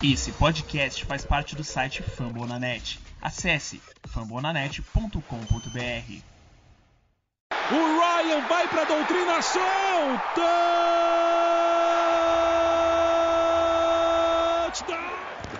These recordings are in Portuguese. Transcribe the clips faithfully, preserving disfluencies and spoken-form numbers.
Esse podcast faz parte do site Fambonanet. Acesse fambonanet ponto com ponto b r. O Ryan vai para a doutrinação! Touchdown!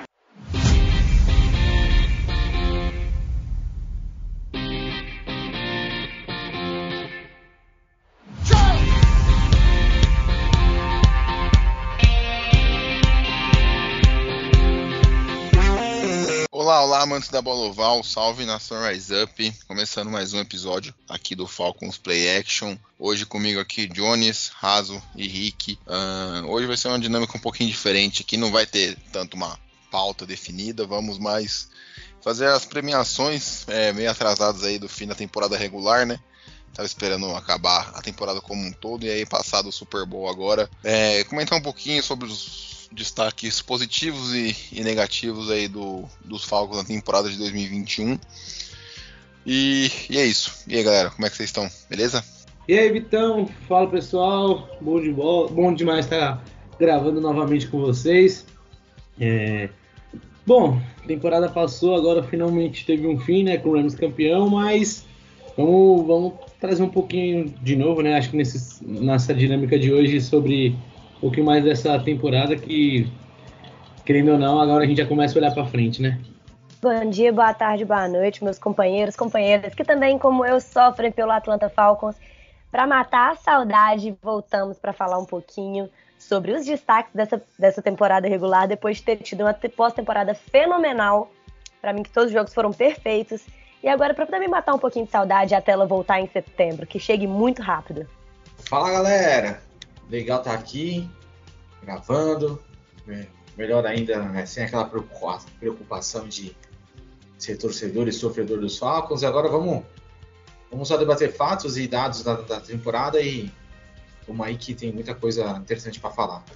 Olá, olá, amantes da bola oval, salve nação Rise Up, começando mais um episódio aqui do Falcons Play Action. Hoje comigo aqui Jones, Raso e Rick. Uh, hoje vai ser uma dinâmica um pouquinho diferente, aqui não vai ter tanto uma pauta definida, vamos mais fazer as premiações é, meio atrasadas aí do fim da temporada regular, né? Tava esperando acabar a temporada como um todo e aí passar do Super Bowl agora. É, comentar um pouquinho sobre os destaques positivos e, e negativos aí do, dos Falcons na temporada de dois mil e vinte e um. E, e é isso. E aí, galera, como é que vocês estão? Beleza? E aí, Vitão? Fala, pessoal. Bom, de bola. Bom demais estar gravando novamente com vocês. É... Bom, a temporada passou, agora finalmente teve um fim, né, com o Rams campeão, mas vamos, vamos trazer um pouquinho de novo, né, acho que nesse, nessa dinâmica de hoje sobre um pouquinho mais dessa temporada que, querendo ou não, agora a gente já começa a olhar para frente, né? Bom dia, boa tarde, boa noite, meus companheiros, companheiras, que também, como eu, sofrem pelo Atlanta Falcons. Para matar a saudade, voltamos para falar um pouquinho sobre os destaques dessa, dessa temporada regular, depois de ter tido uma pós-temporada fenomenal. Para mim, que todos os jogos foram perfeitos. E agora, para também matar um pouquinho de saudade, até ela voltar em setembro, que chegue muito rápido. Fala, galera! Legal estar aqui, gravando, melhor ainda, né, sem aquela preocupação de ser torcedor e sofredor dos Falcons. E agora vamos, vamos só debater fatos e dados da, da temporada e vamos aí que tem muita coisa interessante para falar.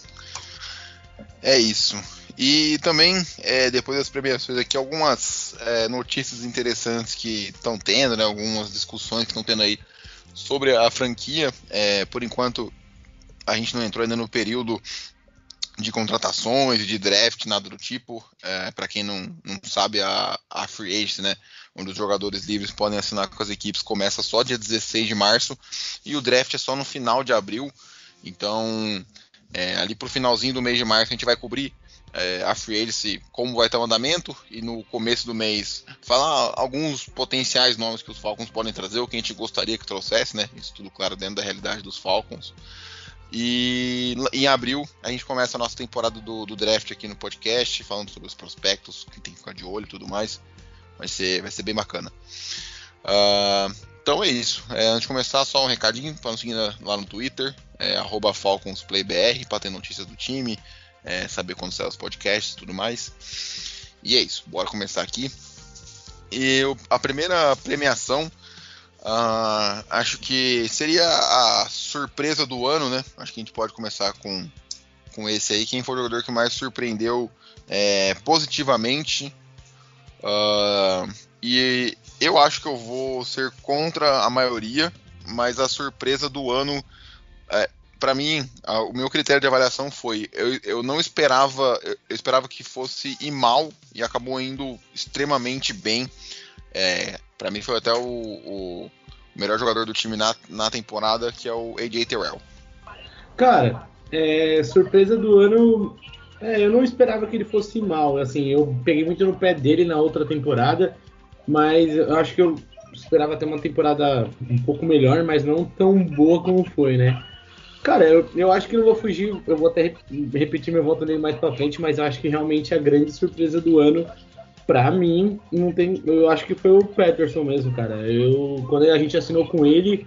É isso. E também, é, depois das premiações aqui, algumas é, notícias interessantes que estão tendo, né, algumas discussões que estão tendo aí sobre a franquia. É, por enquanto, a gente não entrou ainda no período de contratações, de draft, nada do tipo. É, para quem não, não sabe, a, a Free Agency, né, onde os jogadores livres podem assinar com as equipes, começa só dia dezesseis de março e o draft é só no final de abril. Então, é, ali pro finalzinho do mês de março, a gente vai cobrir é, a Free Agency, como vai estar o andamento, e no começo do mês falar alguns potenciais nomes que os Falcons podem trazer, ou que a gente gostaria que trouxesse, né? Isso tudo, claro, dentro da realidade dos Falcons. E em abril a gente começa a nossa temporada do, do draft aqui no podcast, falando sobre os prospectos, que tem que ficar de olho e tudo mais. Vai ser, vai ser bem bacana. Uh, então é isso. É, antes de começar, só um recadinho para nos seguir lá no Twitter, é, arroba FalconsPlayBR, para ter notícias do time, é, saber quando saem os podcasts e tudo mais. E é isso, bora começar aqui. E eu, a primeira premiação, Uh, acho que seria a surpresa do ano, né? Acho que a gente pode começar com, com esse aí. Quem foi o jogador que mais surpreendeu é, positivamente? Uh, e eu acho que eu vou ser contra a maioria, mas a surpresa do ano, é, para mim, a, o meu critério de avaliação foi: eu, eu não esperava, eu esperava que fosse ir mal e acabou indo extremamente bem. É, para mim foi até o, o melhor jogador do time na, na temporada, que é o A J Terrell. Cara, é, surpresa do ano, é, eu não esperava que ele fosse mal. Assim, eu peguei muito no pé dele na outra temporada, mas eu acho que eu esperava ter uma temporada um pouco melhor, mas não tão boa como foi, né? Cara, eu, eu acho que não vou fugir, eu vou até repetir meu voto nele mais pra frente, mas eu acho que realmente a grande surpresa do ano, pra mim, não tem, eu acho que foi o Patterson mesmo, cara. Eu, quando a gente assinou com ele,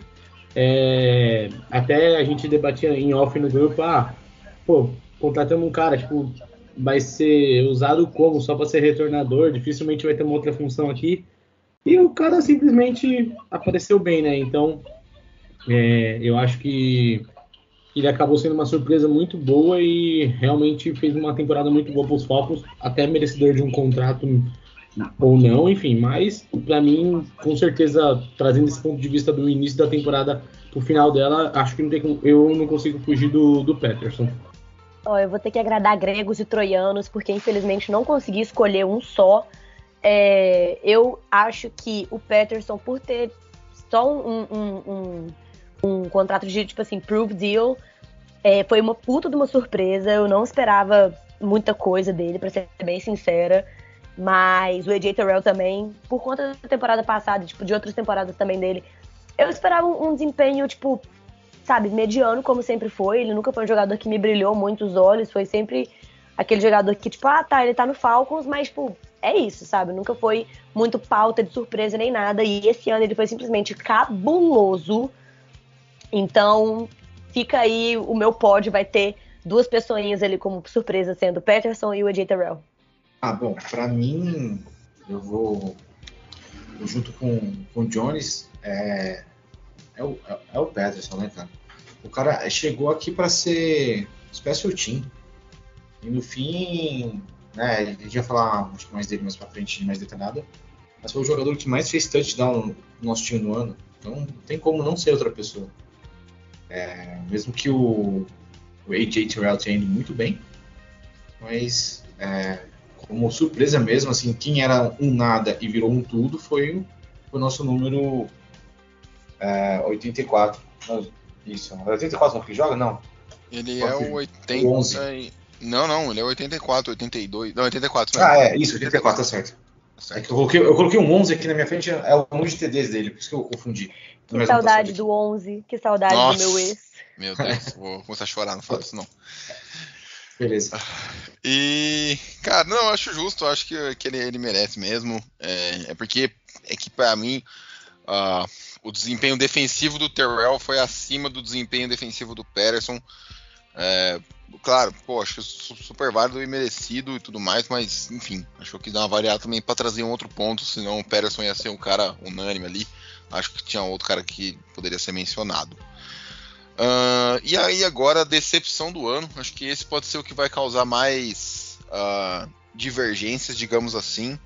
é, até a gente debatia em off no grupo, ah, pô, contratamos um cara, tipo, vai ser usado como? Só pra ser retornador, dificilmente vai ter uma outra função aqui. E o cara simplesmente apareceu bem, né? Então, é, eu acho que ele acabou sendo uma surpresa muito boa e realmente fez uma temporada muito boa para os Falcons, até merecedor de um contrato ou não, enfim. Mas, para mim, com certeza, trazendo esse ponto de vista do início da temporada para o final dela, acho que não tem, eu não consigo fugir do, do Patterson. Ó, eu vou ter que agradar gregos e troianos, porque infelizmente não consegui escolher um só. É, eu acho que o Patterson, por ter só um, um, um, um contrato de, tipo assim, prove deal, é, foi uma puta de uma surpresa. Eu não esperava muita coisa dele, pra ser bem sincera. Mas o A J Terrell também, por conta da temporada passada, tipo, de outras temporadas também dele, eu esperava um, um desempenho, tipo, sabe, mediano, como sempre foi. Ele nunca foi um jogador que me brilhou muito os olhos, foi sempre aquele jogador que, tipo, ah, tá, ele tá no Falcons, mas, tipo, é isso, sabe? Nunca foi muito pauta de surpresa nem nada, e esse ano ele foi simplesmente cabuloso. Então, fica aí, o meu pod vai ter duas pessoinhas ali como surpresa, sendo o Patterson e o A J Terrell. Ah, bom, pra mim, eu vou eu junto com, com o Jones, é, é, o, é o Patterson, né, cara? O cara chegou aqui pra ser special team. E no fim, né, a gente vai falar acho que mais dele mais pra frente, mais detalhado, mas foi o jogador que mais fez touchdown no nosso time no ano. Então não tem como não ser outra pessoa. É, mesmo que o, o A J Terrell tenha ido muito bem, mas é, como surpresa mesmo, assim, quem era um nada e virou um tudo foi o, o nosso número é, oitenta e quatro. Não, isso, oitenta e quatro não que joga? Não. Ele Qual é que- o oitenta. o onze. e- Não, não, ele é oitenta e quatro, oitenta e dois. Não, oitenta e quatro. Ah, é, isso, oitenta e quatro, tá certo. Tá É certo. que eu coloquei, eu coloquei um onze aqui na minha frente, é o número de T Ds dele, por isso que eu confundi. Que Mas saudade não tá do onze, que saudade Nossa. do meu ex. Meu Deus, vou começar a chorar, não fala isso não. Beleza. E, cara, não, eu acho justo, eu acho que, que ele, ele merece mesmo. É, é porque é que pra mim ah, o desempenho defensivo do Terrell foi acima do desempenho defensivo do Patterson. É, claro, pô, acho que su- super válido e merecido e tudo mais, mas enfim, acho que dá uma variada também pra trazer um outro ponto, senão o Patterson ia ser um cara unânime ali. Acho que tinha outro cara que poderia ser mencionado. Ah, e aí agora a decepção do ano, acho que esse pode ser o que vai causar mais ah, divergências, digamos assim.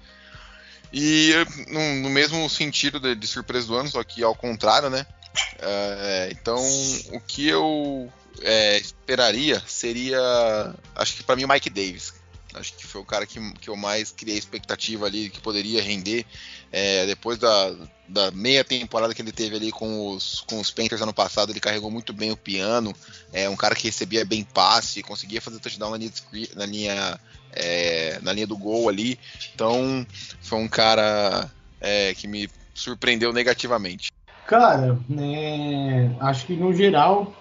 E no, no mesmo sentido de, de surpresa do ano, só que ao contrário, né? É, então, o que eu é, esperaria seria, acho que pra mim, o Mike Davis. Acho que foi o cara que, que eu mais criei expectativa ali, que poderia render. É, depois da, da meia temporada que ele teve ali com os, com os Panthers ano passado, ele carregou muito bem o piano. É um cara que recebia bem passe, conseguia fazer touchdown na linha, de screen- na linha, é, na linha do gol ali. Então, foi um cara é, que me surpreendeu negativamente. Cara, né, acho que no geral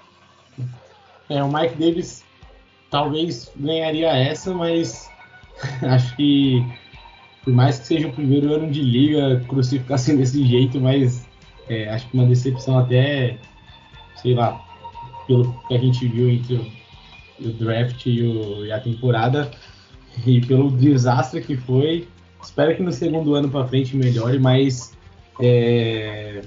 é, o Mike Davis talvez ganharia essa, mas acho que por mais que seja o primeiro ano de liga, crucificar assim desse jeito, mas é, acho que uma decepção até, sei lá, pelo que a gente viu entre o, o draft e, o, e a temporada e pelo desastre que foi. Espero que no segundo ano para frente melhore, mas é,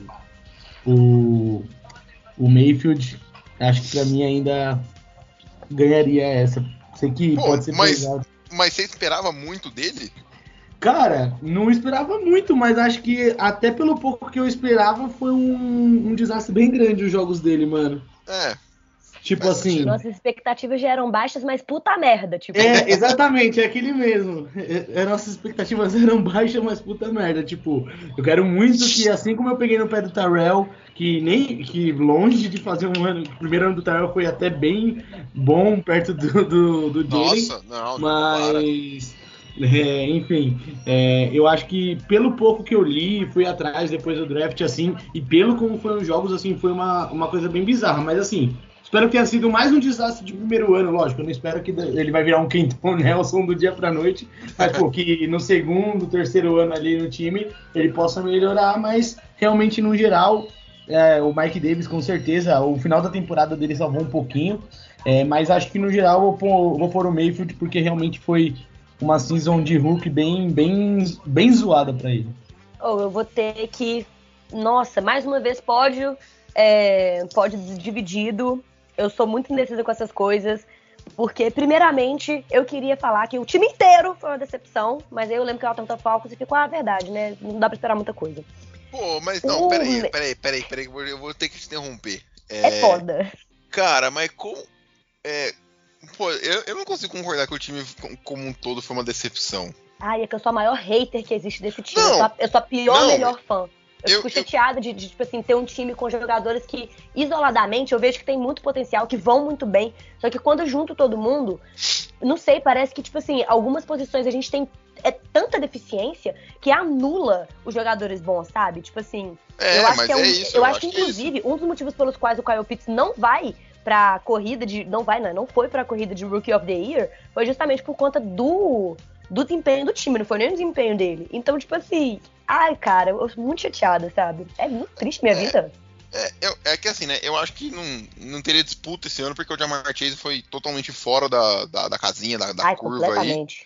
o, o Mayfield, acho que para mim ainda ganharia essa. Sei que Pô, pode ser mas- pesado. Mas você esperava muito dele? Cara, não esperava muito, mas acho que até pelo pouco que eu esperava foi um, um desastre bem grande os jogos dele, mano. É. Tipo Faz assim. sentido. Nossas expectativas já eram baixas, mas puta merda, tipo. É, exatamente, é aquele mesmo. É, é, nossas expectativas eram baixas, mas puta merda. Tipo, eu quero muito que, assim como eu peguei no pé do Terrell, que nem que longe de fazer um ano, o primeiro ano do Terrell foi até bem bom perto do, do, do Jalen, Nossa, não, não para. mas é, enfim, é, eu acho que pelo pouco que eu li, fui atrás depois do draft, assim, e pelo como foram os jogos, assim, foi uma, uma coisa bem bizarra, mas assim. Espero que tenha sido mais um desastre de primeiro ano, lógico. Eu não espero que ele vai virar um Kenton Nelson do dia pra noite, mas pô, que no segundo, terceiro ano ali no time ele possa melhorar, mas realmente no geral, é, o Mike Davis com certeza, o final da temporada dele salvou um pouquinho, é, mas acho que no geral eu vou pôr, vou pôr o Mayfield porque realmente foi uma season de Hulk bem, bem, bem zoada pra ele. Ou eu vou ter que. Nossa, mais uma vez pódio, é, pódio dividido. Eu sou muito indecisa com essas coisas, porque, primeiramente, eu queria falar que o time inteiro foi uma decepção, mas aí eu lembro que o Atlanta Falcons e ficou a verdade, né? Não dá pra esperar muita coisa. Pô, mas não, Uh, peraí, me- peraí, peraí, peraí, que eu vou- eu vou ter que te interromper. É, foda. Cara, mas como. É, Pô, eu, eu não consigo concordar que o time como um todo foi uma decepção. Ai, é que eu sou a maior hater que existe desse time. Não, eu, sou a, eu sou a pior, não, melhor fã. Eu, eu- fico chateada de, de, tipo assim, ter um time com jogadores que, isoladamente, eu vejo que tem muito potencial, que vão muito bem. Só que quando eu junto todo mundo, não sei, parece que, tipo assim, algumas posições a gente tem é tanta deficiência que anula os jogadores bons, sabe? Tipo assim, É, eu acho mas que é um, é isso, eu eu acho acho que, que é inclusive, um dos motivos pelos quais o Kyle Pitts não vai pra corrida de. Não vai, não, não foi pra corrida de Rookie of the Year, foi justamente por conta do. do desempenho do time, não foi nem o desempenho dele. Então, tipo assim, ai, cara, eu sou muito chateada, sabe? É muito triste minha É. vida. É, eu- é que assim, né? Eu acho que não, não teria disputa esse ano porque o Jamar Chase foi totalmente fora da, da, da casinha, da, da ai, curva aí. completamente.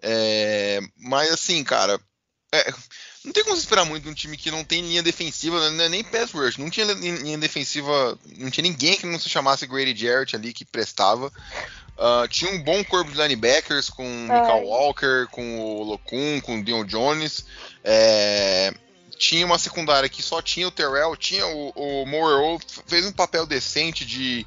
É, mas assim, cara, é, não tem como se esperar muito de um time que não tem linha defensiva, né, não é nem pass rush, não tinha li- linha defensiva, não tinha ninguém que não se chamasse Grady Jarrett ali que prestava. Ah, tinha um bom corpo de linebackers com o Ai. Michael Walker, com o Locum, com o Dion Jones. É, tinha uma secundária que só tinha o Terrell, tinha o, o Moore, fez um papel decente de,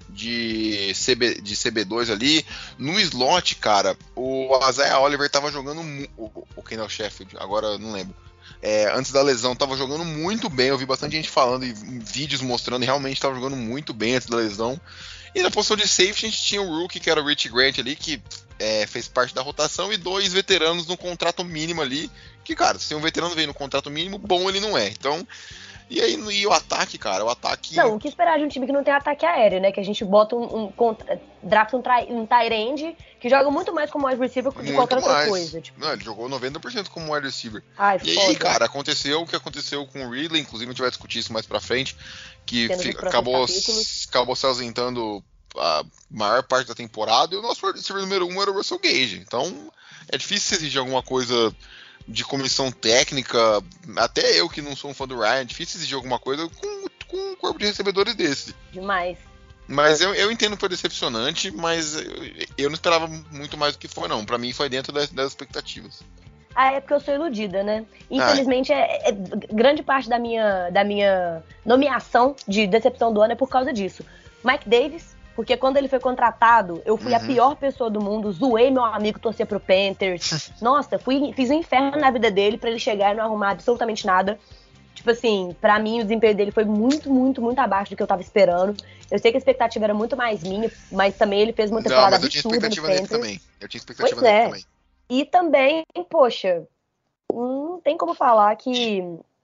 de, C B, de C B dois ali. No slot, cara, o Isaiah Oliver tava jogando mu- o, o Kendall Sheffield, agora eu não lembro. É, antes da lesão, tava jogando muito bem. Eu vi bastante gente falando e vídeos mostrando, e realmente tava jogando muito bem antes da lesão. E na posição de safety a gente tinha o rookie, que era o Rich Grant ali, que é, fez parte da rotação, e dois veteranos no contrato mínimo ali, que, cara, se um veterano vem no contrato mínimo, bom ele não é. Então, e aí e o ataque, cara, o ataque... Não, o que esperar de um time que não tem ataque aéreo, né? Que a gente bota um, um contra, draft um, try, um tight end que joga muito mais como wide receiver de muito qualquer outra mais. coisa. Tipo. Não, ele jogou noventa por cento como wide receiver. Ai, E foda. aí, cara, aconteceu o que aconteceu com o Ridley, inclusive a gente vai discutir isso mais pra frente, que Cenas fi- dos próximos acabou, capítulos. acabou se ausentando a maior parte da temporada, e o nosso wide receiver número um era o Russell Gage. Então, é difícil exigir alguma coisa de comissão técnica, até eu que não sou um fã do Ryan, é difícil exigir alguma coisa com, com um corpo de recebedores desse. Demais. Mas eu, eu entendo que foi decepcionante, mas eu, eu não esperava muito mais do que foi, não. Pra mim foi dentro das, das expectativas. Ah, é porque eu sou iludida, né? Infelizmente, é, é- grande parte da minha, da minha nomeação de decepção do ano é por causa disso. Mike Davis, porque quando ele foi contratado, eu fui a Uhum. pior pessoa do mundo, zoei meu amigo torcer pro Panthers. Nossa, fui, fiz um inferno na vida dele pra ele chegar e não arrumar absolutamente nada. Tipo assim, pra mim o desempenho dele foi muito, muito, muito abaixo do que eu tava esperando. Eu sei que a expectativa era muito mais minha, mas também ele fez uma Não, temporada mas eu tinha absurda no expectativa nele Panthers. também. Eu tinha expectativa Pois nele é. também. E também, poxa, não tem como falar que,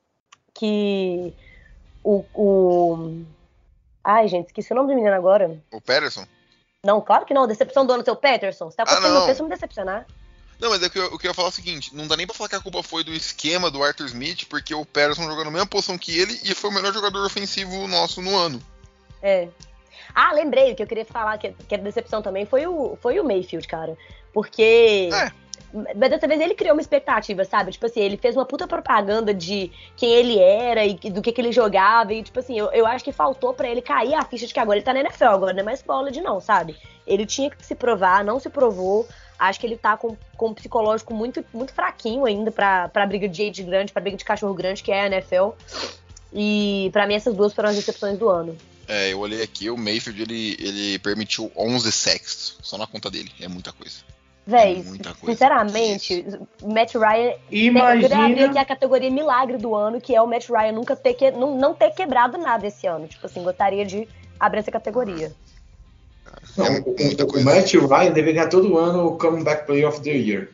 que o, o... Ai, gente, esqueci o nome do menino agora. O Patterson? Não, claro que não, decepção do ano, seu Peterson. Você tá Ah, postando não. meu peso pra me decepcionar. Não, mas é que eu, o que eu ia falar é o seguinte, não dá nem pra falar que a culpa foi do esquema do Arthur Smith, porque o Patterson jogou na mesma posição que ele e foi o melhor jogador ofensivo nosso no ano. É. Ah, lembrei, o que eu queria falar, que, que era decepção também, foi o, foi o Mayfield, cara. Porque... É. Mas dessa vez ele criou uma expectativa, sabe? Tipo assim, ele fez uma puta propaganda de quem ele era e do que, que ele jogava. E, tipo assim, eu, eu acho que faltou pra ele cair a ficha de que agora ele tá na N F L, agora não é mais college, não, sabe? Ele tinha que se provar, não se provou. Acho que ele tá com, com um psicológico muito, muito fraquinho ainda pra, pra briga de gente grande, pra briga de cachorro grande, que é a N F L. E pra mim essas duas foram as decepções do ano. É, eu olhei aqui, o Mayfield, ele, ele permitiu onze sacks só na conta dele, é muita coisa. Véi, É muita coisa. sinceramente, Matt Ryan... Imagina- Eu queria abrir aqui a categoria milagre do ano, que é o Matt Ryan nunca ter, que, não, não ter quebrado nada esse ano. Tipo assim, gostaria de abrir essa categoria. Não, É o, muita o, o coisa. Matt Ryan deveria ganhar todo ano o Comeback Player of the Year.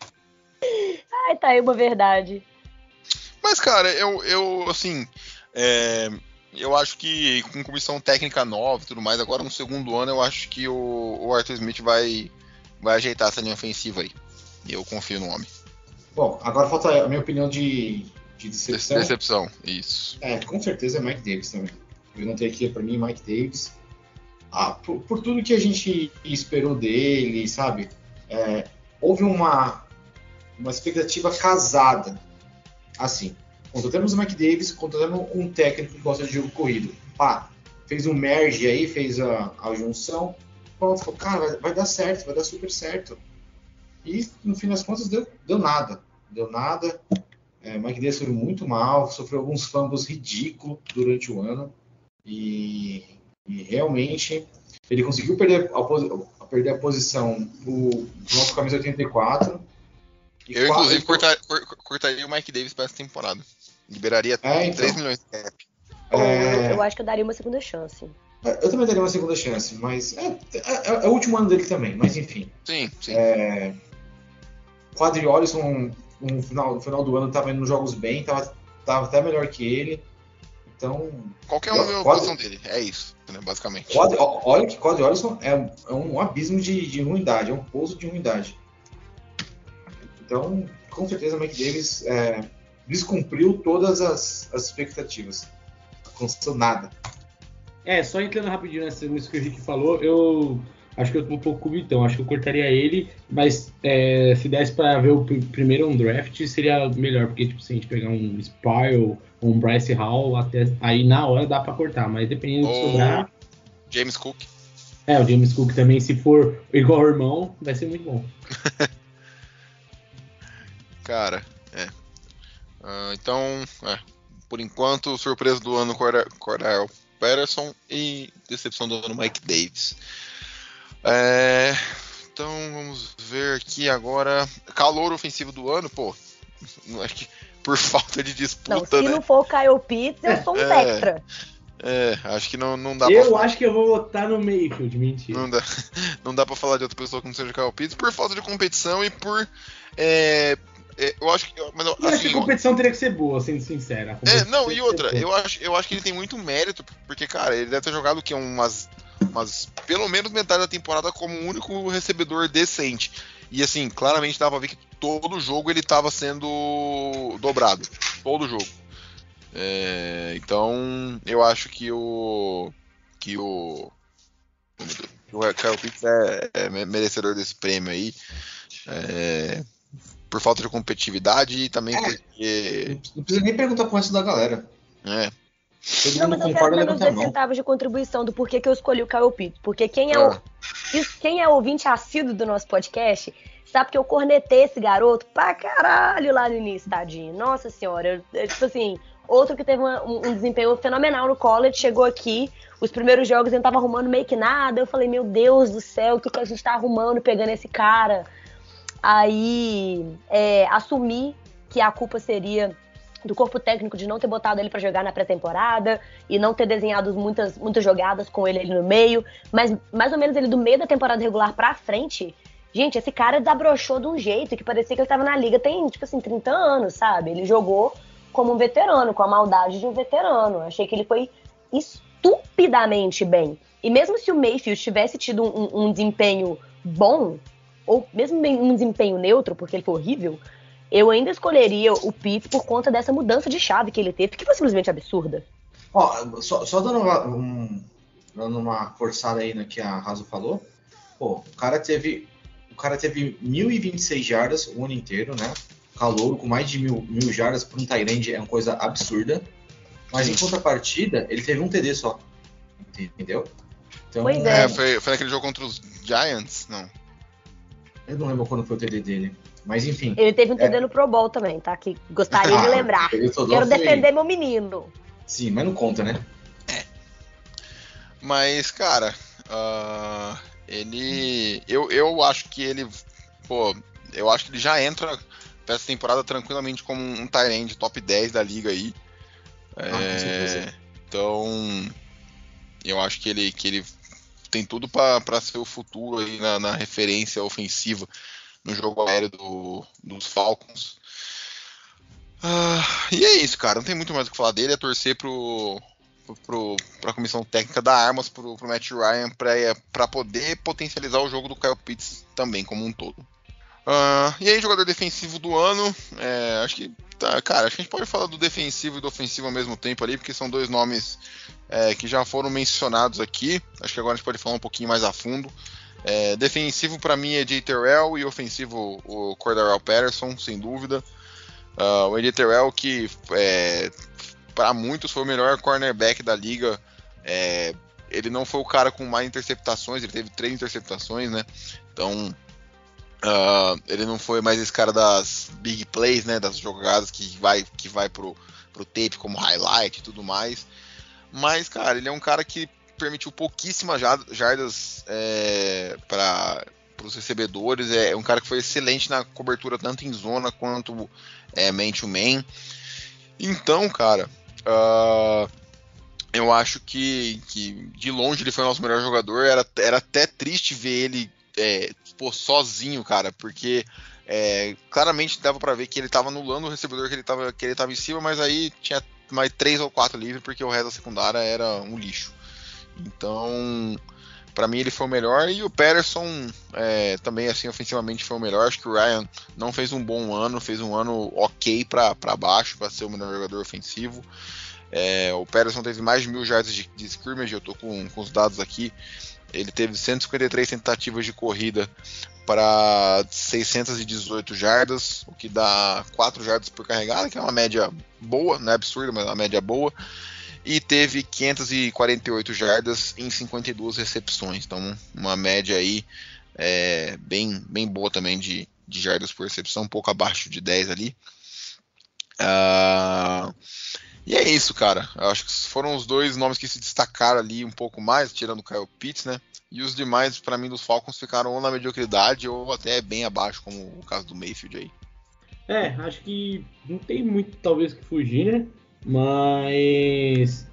Ai, tá aí uma verdade. Mas, cara, eu, eu assim, é, eu acho que com comissão técnica nova e tudo mais, agora no segundo ano, eu acho que o, o Arthur Smith vai, vai ajeitar essa linha ofensiva aí. E eu confio no homem. Bom, agora falta a minha opinião de, de decepção. Decepção, isso. É, com certeza é Mike Davis também. Eu não tenho aqui pra mim Mike Davis. Ah, por, por tudo que a gente esperou dele, sabe? É, houve uma, uma expectativa casada. Assim, contratamos o Mike Davis, contratamos um técnico que gosta de jogo corrido. Pá, fez um merge aí, fez a, a junção. Pronto, falou, cara, vai, vai dar certo, vai dar super certo. E no fim das contas deu, deu nada. Deu nada. É, Mike Davis foi muito mal, sofreu alguns fumbles ridículos durante o ano. E, e realmente ele conseguiu perder a, pos- a perder a posição pro nosso camisa oitenta e quatro. E eu, quatro, inclusive, cortar, cortaria o Mike Davis para essa temporada. Liberaria é, então, três milhões de cap. É... Eu acho que eu daria uma segunda chance. Eu também daria uma segunda chance, mas é, é, é o último ano dele também, mas enfim. Sim, sim. É, Quadriolison, no final, no final do ano, estava indo nos jogos bem, estava tava até melhor que ele. Então. Qualquer um na posição dele, é isso, né, basicamente. Quadri, olha que Quadriolison é, é um abismo de, de ruindade, é um poço de ruindade. Então, com certeza, o Mike Davis é, descumpriu todas as, as expectativas. Não aconteceu nada. É, só entrando rapidinho nessa, nisso que o Rick falou, eu acho que eu tô um pouco com o Vitão, acho que eu cortaria ele, mas é, se desse pra ver o pr- primeiro um draft, seria melhor, porque tipo, se a gente pegar um Spire ou um Bryce Hall, até, aí na hora dá pra cortar, mas dependendo do que sobrar... James Cook. É, o James Cook também, se for igual o irmão, vai ser muito bom. Cara, é. Uh, então, é, por enquanto, surpresa do ano, Cordarrelle Patterson, e decepção do ano, Mike Davis. É, então, vamos ver aqui agora. Calor ofensivo do ano, pô. Acho que por falta de disputa, não, se né? não for o Kyle Pitts, eu sou um é, Vectra. É, acho que não, não dá eu pra... Eu acho que eu vou votar no Mayfield, mentira. Não dá, não dá pra falar de outra pessoa que não seja o Kyle Pitts por falta de competição e por... É, é, eu acho que... Mas, eu assim, acho que a competição teria que ser boa, sendo sincera. É, não, e outra, eu acho, eu acho que ele tem muito mérito, porque, cara, ele deve ter jogado o quê? Umas, umas... Pelo menos metade da temporada como o único recebedor decente. E, assim, claramente dava pra ver que todo jogo ele tava sendo dobrado. Todo jogo. É, então, eu acho que o... Que o... O Kyle Pitts é, é merecedor desse prêmio aí. É... Por falta de competitividade e também é, porque... Não precisa nem perguntar pro resto da galera. É. Todo não, mundo mas eu concorda, quero levanta a os mão. centavos de contribuição do porquê que eu escolhi o Kyle Pitts. Porque quem é, ah. o, quem é ouvinte assíduo do nosso podcast sabe que eu cornetei esse garoto pra caralho lá no início, tadinho. Nossa senhora, eu, eu, tipo assim, outro que teve uma, um, um desempenho fenomenal no college, chegou aqui, os primeiros jogos ele não tava arrumando meio que nada. Eu falei, meu Deus do céu, o que, que a gente tá arrumando pegando esse cara? Aí é, assumi que a culpa seria do corpo técnico de não ter botado ele pra jogar na pré-temporada e não ter desenhado muitas, muitas jogadas com ele ali no meio, mas mais ou menos ele do meio da temporada regular pra frente, gente, esse cara desabrochou de um jeito que parecia que ele tava na liga tem, tipo assim, trinta anos, sabe? Ele jogou como um veterano, com a maldade de um veterano. Achei que ele foi estupidamente bem. E mesmo se o Mayfield tivesse tido um, um desempenho bom, ou mesmo um desempenho neutro, porque ele foi horrível, eu ainda escolheria o Pitts por conta dessa mudança de chave que ele teve, que foi simplesmente absurda. Ó, só, só dando, uma, um, dando uma forçada aí no que a Raso falou, pô, o cara teve, o cara teve mil e vinte e seis jardas o ano inteiro, né? Calouro com mais de mil, mil jardas para um tight end é uma coisa absurda, mas em contrapartida, ele teve um T D só, entendeu? Então, pois é. é foi, foi naquele jogo contra os Giants, não? Eu não lembro quando foi o T D dele. Mas enfim. Ele teve um T D é... no Pro Bowl também, tá? Que gostaria ah, de lembrar. Quero foi... defender meu menino. Sim, mas não conta, né? É. Mas, cara, uh, ele. Eu, eu acho que ele. Pô, eu acho que ele já entra pra essa temporada tranquilamente como um tight end top dez da liga aí. Ah, é... Então. Eu acho que ele, que ele tem tudo para ser o futuro aí na, na referência ofensiva no jogo aéreo do, dos Falcons. Ah, e é isso, cara. Não tem muito mais o que falar dele. É torcer pro, pro, pra comissão técnica dar armas pro, pro Matt Ryan para poder potencializar o jogo do Kyle Pitts também, como um todo. Ah, e aí, jogador defensivo do ano. É, acho que, tá, cara, acho que a gente pode falar do defensivo e do ofensivo ao mesmo tempo ali, porque são dois nomes é, que já foram mencionados aqui. Acho que agora a gente pode falar um pouquinho mais a fundo. É, defensivo para mim é J. Terrell e ofensivo o Cordarrelle Patterson, sem dúvida. Uh, o J. Terrell que é, para muitos foi o melhor cornerback da liga. É, ele não foi o cara com mais interceptações, ele teve três interceptações, né? Então uh, ele não foi mais esse cara das big plays, né? Das jogadas que vai, que vai pro, pro tape como highlight e tudo mais. Mas, cara, ele é um cara que permitiu pouquíssimas jardas é, para os recebedores. É um cara que foi excelente na cobertura, tanto em zona quanto é, man-to-man. Então, cara, uh, eu acho que, que de longe ele foi o nosso melhor jogador. Era, era até triste ver ele é, pô, sozinho, cara, porque é, claramente dava para ver que ele estava anulando o recebedor que ele estava que ele tava em cima, mas aí tinha mais três ou quatro livres, porque o resto da secundária era um lixo. Então, para mim ele foi o melhor, e o Patterson é, também, assim, ofensivamente foi o melhor. Acho que o Ryan não fez um bom ano, fez um ano ok para baixo, para ser o melhor jogador ofensivo. É, o Patterson teve mais de mil jardas de, de scrimmage, eu estou com, com os dados aqui. Ele teve cento e cinquenta e três tentativas de corrida para seiscentas e dezoito jardas, o que dá quatro jardas por carregada, que é uma média boa, não é absurda, mas é uma média boa. E teve quinhentas e quarenta e oito jardas em cinquenta e duas recepções, então uma média aí é, bem, bem boa também de, de jardas por recepção, um pouco abaixo de dez ali. Uh, e é isso, cara. Eu acho que foram os dois nomes que se destacaram ali um pouco mais, tirando o Kyle Pitts, né? E os demais, para mim, dos Falcons ficaram ou na mediocridade ou até bem abaixo, como o caso do Mayfield aí. É, acho que não tem muito, talvez, que fugir, né? Mas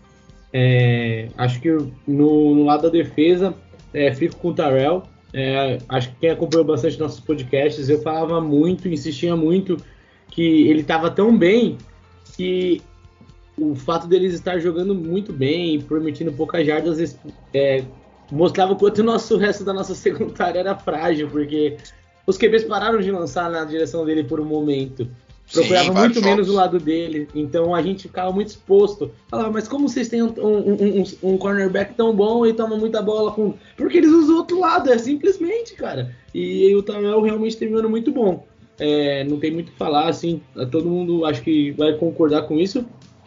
é, acho que no, no lado da defesa, é, fico com o Terrell. É, acho que quem acompanhou bastante nossos podcasts, eu falava muito, insistia muito que ele estava tão bem que o fato deles estar jogando muito bem, permitindo poucas jardas, é, mostrava o quanto o nosso, resto da nossa secundária era frágil, porque os Q Bs pararam de lançar na direção dele por um momento. Procurava Sim, muito menos o lado dele, então a gente ficava muito exposto. Falava, mas como vocês têm um, um, um, um cornerback tão bom e toma muita bola com... Porque eles usam o outro lado, é simplesmente, cara. E o Terrell realmente teve um ano muito bom. É, não tem muito o que falar, assim, todo mundo acho que vai concordar com isso.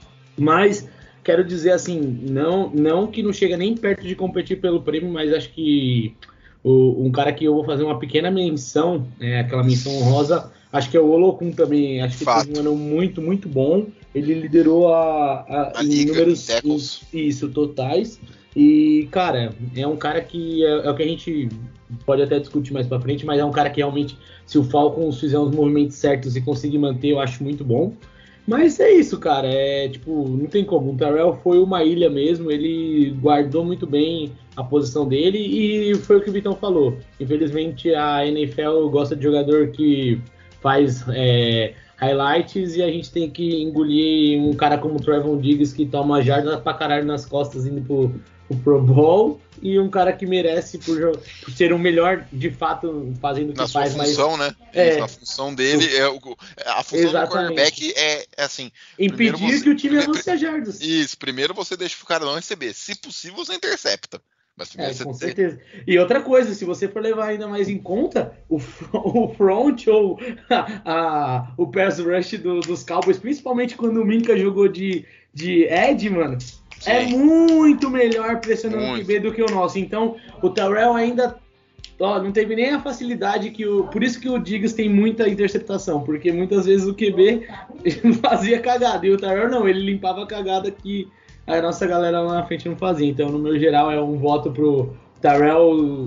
Mas quero dizer assim, não, não que não chega nem perto de competir pelo prêmio, mas acho que o, um cara que eu vou fazer uma pequena menção, é, aquela menção honrosa, acho que é o Olokun também. Acho que Fato. Teve um ano muito, muito bom. Ele liderou a, a, a em liga, números em isso, totais. E, cara, é um cara que é, é o que a gente pode até discutir mais pra frente, mas é um cara que realmente, se o Falcons fizer os movimentos certos e conseguir manter, eu acho muito bom. Mas é isso, cara. É tipo, não tem como. O Terrell foi uma ilha mesmo. Ele guardou muito bem a posição dele e foi o que o Vitão falou. Infelizmente, a N F L gosta de jogador que faz é, highlights e a gente tem que engolir um cara como o Trevon Diggs que toma jardas pra caralho nas costas indo pro, pro Pro Bowl, e um cara que merece por, por ser o melhor de fato fazendo o que na faz. Na sua função, mas, né? É, Isso, a função dele, é o, a função Exatamente. do quarterback é, é assim... impedir você, que o time primeiro, avance as jardas. Isso, primeiro você deixa o cara não receber. Se possível, você intercepta. Mas É, você com tem... certeza. E outra coisa, se você for levar ainda mais em conta, o, o front ou a, a, o pass rush do, dos Cowboys, principalmente quando o Minka jogou de, de Ed, mano, Sim. é muito melhor pressionando muito. o Q B do que o nosso. Então, o Terrell ainda ó, não teve nem a facilidade que o... Por isso que o Diggs tem muita interceptação, porque muitas vezes o Q B fazia cagada, e o Terrell não, ele limpava a cagada que a nossa galera lá na frente não fazia. Então, no meu geral, é um voto pro Terrell,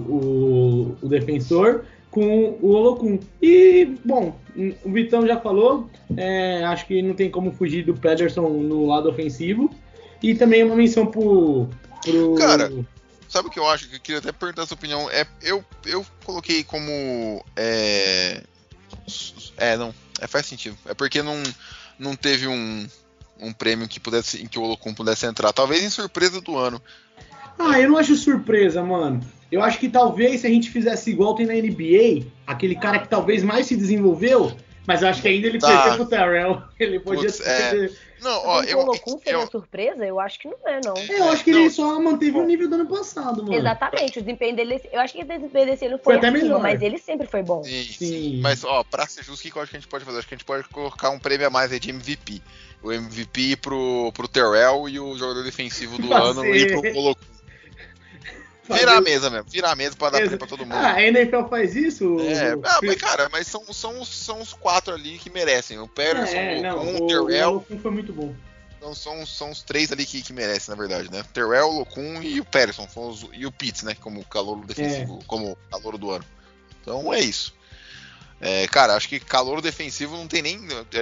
o, o defensor, com o Olokun. E, bom, o Vitão já falou, é, acho que não tem como fugir do Patterson no lado ofensivo. E também uma menção pro... pro... Cara, sabe o que eu acho? Que eu queria até perguntar a sua opinião. É, eu, eu coloquei como... É, é não, é, faz sentido. É porque não, não teve um... um prêmio que pudesse, em que o Olokun pudesse entrar, talvez em surpresa do ano. Ah, eu não acho surpresa, mano. Eu acho que talvez se a gente fizesse igual tem na N B A, aquele cara que talvez mais se desenvolveu, mas eu acho que ainda ele tá. perdeu pro Terrell. Ele podia Putz, é... Não, ó, o eu, Olokun foi eu... uma surpresa? Eu acho que não é, não. É, eu acho que não. Ele só manteve o nível do ano passado, mano. Exatamente, o desempenho dele, eu acho que o desempenho desse ano foi, foi até acima, melhor, mas ele sempre foi bom. Sim, sim. sim. Mas, ó, pra ser justo, o que eu acho que a gente pode fazer? Acho que a gente pode colocar um prêmio a mais aí de M V P. O M V P pro, pro Terrell e o jogador defensivo do Fazer. ano e pro Olokun. Virar a mesa mesmo, virar a mesa pra dar prêmio pra todo mundo. Ah, a N F L faz isso? É, ah, mas cara, mas são, são, são os quatro ali que merecem. O Patterson, é, o Olokun, o Terrell. O Olokun foi muito bom. Então são, são os três ali que, que merecem, na verdade, né? Terrell, o Okun e o Patterson. São os, e o Pitts, né? Como calouro defensivo, é. como calouro do ano. Então é isso. É, cara, acho que calouro defensivo não tem nem.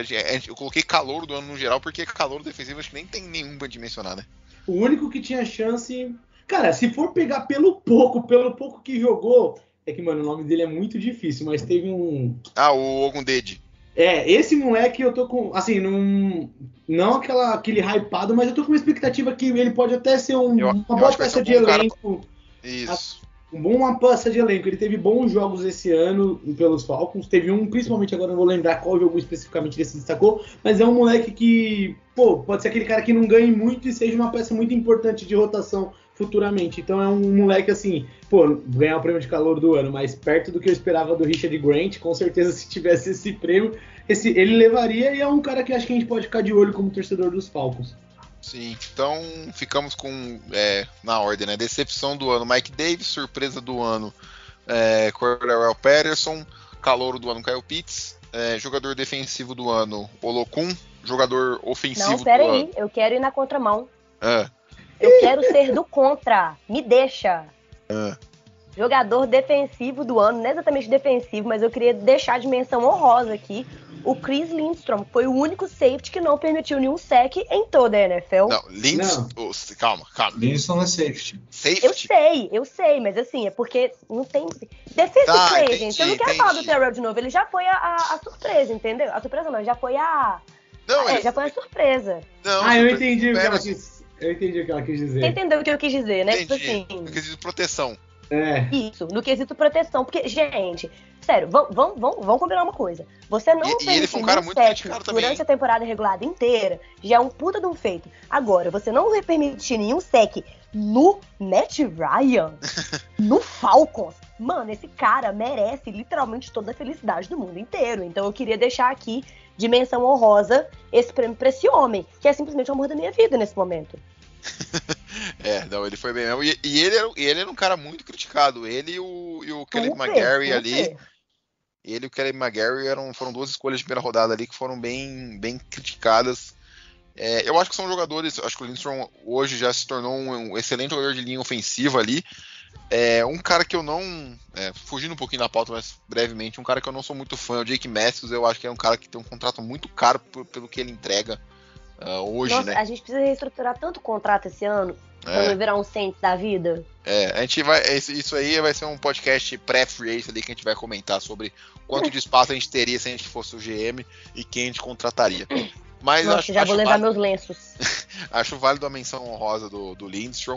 Eu coloquei calouro do ano no geral, porque calouro defensivo acho que nem tem nenhum pra gente mencionar, né? O único que tinha chance. Cara, se for pegar pelo pouco, pelo pouco que jogou. É que, mano, o nome dele é muito difícil, mas teve um. Ah, o Ogundede. É, esse moleque eu tô com. Assim, não. Não aquela, aquele hypado, mas eu tô com uma expectativa que ele pode até ser um, eu, uma boa peça um de elenco. Cara... Isso. Um bom uma peça de elenco. Ele teve bons jogos esse ano pelos Falcons. Teve um, principalmente agora não vou lembrar qual jogo especificamente ele se destacou, mas é um moleque que, pô, pode ser aquele cara que não ganhe muito e seja uma peça muito importante de rotação futuramente. Então é um moleque assim, pô, ganhar o prêmio de calor do ano, mas perto do que eu esperava do Richard Grant, com certeza se tivesse esse prêmio, esse, ele levaria, e é um cara que acho que a gente pode ficar de olho como torcedor dos Falcons. Sim, então ficamos com, é, na ordem, né? Decepção do ano, Mike Davis. Surpresa do ano, é, Cordarrelle Patterson. Calouro do ano, Kyle Pitts. É, jogador defensivo do ano, Olokun. Jogador ofensivo Não, pera do aí, ano... eu quero ir na contramão. Ah. Eu quero ser do contra, me deixa. Ah. Jogador defensivo do ano, não é exatamente defensivo, mas eu queria deixar de menção honrosa aqui o Chris Lindstrom, foi o único safety que não permitiu nenhum sec em toda a N F L. Não, Lindstrom... Oh, calma, calma. Lindstrom é safety. Safety? Eu sei, eu sei, mas assim, é porque não tem... Defensive tá, play, entendi, gente. Eu não quero entendi. falar do Terrell de novo, ele já foi a, a, a surpresa, entendeu? A surpresa não, já foi a... Não, é, ele... já foi a surpresa. Não, ah, eu surpresa entendi o que ela quis... Eu entendi o que ela quis dizer. Você entendeu o que eu quis dizer, né? Entendi. Tipo assim... No quesito de proteção. É. Isso, no quesito proteção. Porque, gente, sério, vamos, vamos, vamos, vamos combinar uma coisa. Você não E, e ele foi um cara muito criticado também. durante a temporada regulada inteira, já é um puta de um feito. Agora, você não vai permitir nenhum sec no Matt Ryan, no Falcons. Mano, esse cara merece literalmente toda a felicidade do mundo inteiro. Então eu queria deixar aqui de menção honrosa esse prêmio pra esse homem, que é simplesmente o amor da minha vida nesse momento. É, não, ele foi bem mesmo. E, e ele, era, ele era um cara muito criticado. Ele e o, e o Caleb McGarry ali. Ele e o Caleb McGarry eram, foram duas escolhas de primeira rodada ali que foram bem, bem criticadas. É, eu acho que são jogadores. Acho que o Lindstrom hoje já se tornou um, um excelente jogador de linha ofensiva ali. É, um cara que eu não. É, fugindo um pouquinho da pauta, mas brevemente, um cara que eu não sou muito fã, o Jake Matthews. Eu acho que é um cara que tem um contrato muito caro por, pelo que ele entrega. Uh, hoje, Nossa, né? A gente precisa reestruturar tanto o contrato esse ano pra É. não virar um Saints da vida. É, a gente vai. Isso aí vai ser um podcast pré-free race ali que a gente vai comentar sobre quanto de espaço a gente teria se a gente fosse o G M e quem a gente contrataria. Mas Nossa, acho, já acho vou levar válido, meus lenços. acho válido a menção honrosa do, do Lindstrom.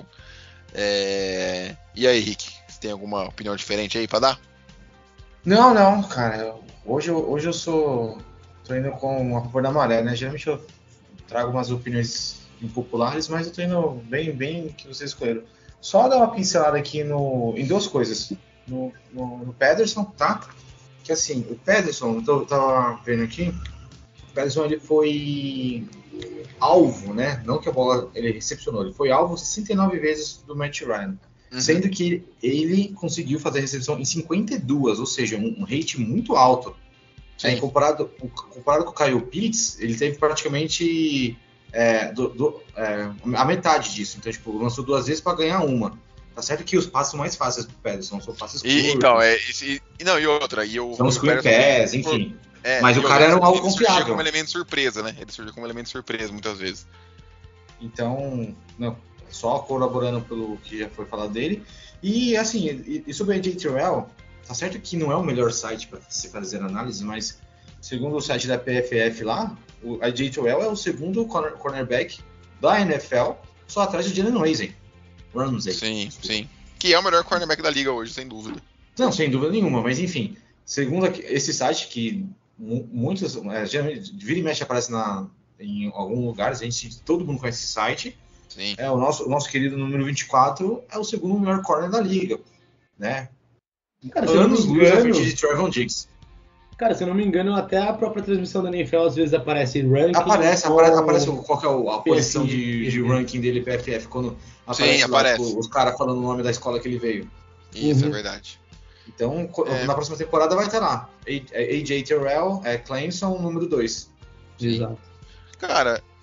É, e aí, Rick, você tem alguma opinião diferente aí pra dar? Não, não, cara. Hoje, eu- hoje eu sou. Tô indo com a cor da maré, né? Geralmente eu trago umas opiniões impopulares, mas eu tô indo bem, bem que vocês escolheram. Só dar uma pincelada aqui no, em duas coisas. No, no, no Patterson, tá? Que assim, o Patterson, eu tava vendo aqui, o Patterson ele foi alvo, né? Não que a bola ele recepcionou, ele foi alvo sessenta e nove vezes do Matt Ryan. Uhum. Sendo que ele conseguiu fazer a recepção em cinquenta e duas, ou seja, um, um rate muito alto. É, comparado, comparado com o Kyle Pitts, ele teve praticamente é, do, do, é, a metade disso. Então, tipo, lançou duas vezes para ganhar uma. Tá certo que os passos mais fáceis pro Patterson são passes curtos. E, então, é, e, e- não, e outra, e o, São os o screen Patterson- pass, enfim. é, Mas e o outra, cara era um alvo ele surgia confiável. como elemento surpresa, né? Ele surgiu como elemento surpresa muitas vezes. Então, não, só corroborando pelo que já foi falado dele. E assim, e, e sobre a J T L, tá certo que não é o melhor site para se fazer análise, mas segundo o site da P F F lá, o, a J T L é o segundo corner, cornerback da N F L, só atrás de Jalen Ramsey. Ramsey. Sim, sim. Que é o melhor cornerback da liga hoje, sem dúvida. Não, sem dúvida nenhuma, mas enfim, segundo aqui- esse site que mu- muitos, é, geralmente, vira e mexe aparece na, em algum lugar, a gente, todo mundo conhece esse site, Sim. é o nosso, o nosso querido número vinte e quatro é o segundo melhor corner da liga, né? Cara, se eu não me Anos luz à engano, frente de Trevon Diggs. cara, se eu não me engano, até a própria transmissão da N F L às vezes aparece ranking. Aparece, ou- aparece, aparece o- qual que é o- a P F, posição de, de P F. ranking dele, P F F, quando aparece, lá, aparece. tipo, os caras falando o nome da escola que ele veio. Isso Uhum. é verdade. Então, co- É. na próxima temporada vai estar lá. A J Terrell, é, Clemson, número dois. Exato. Cara,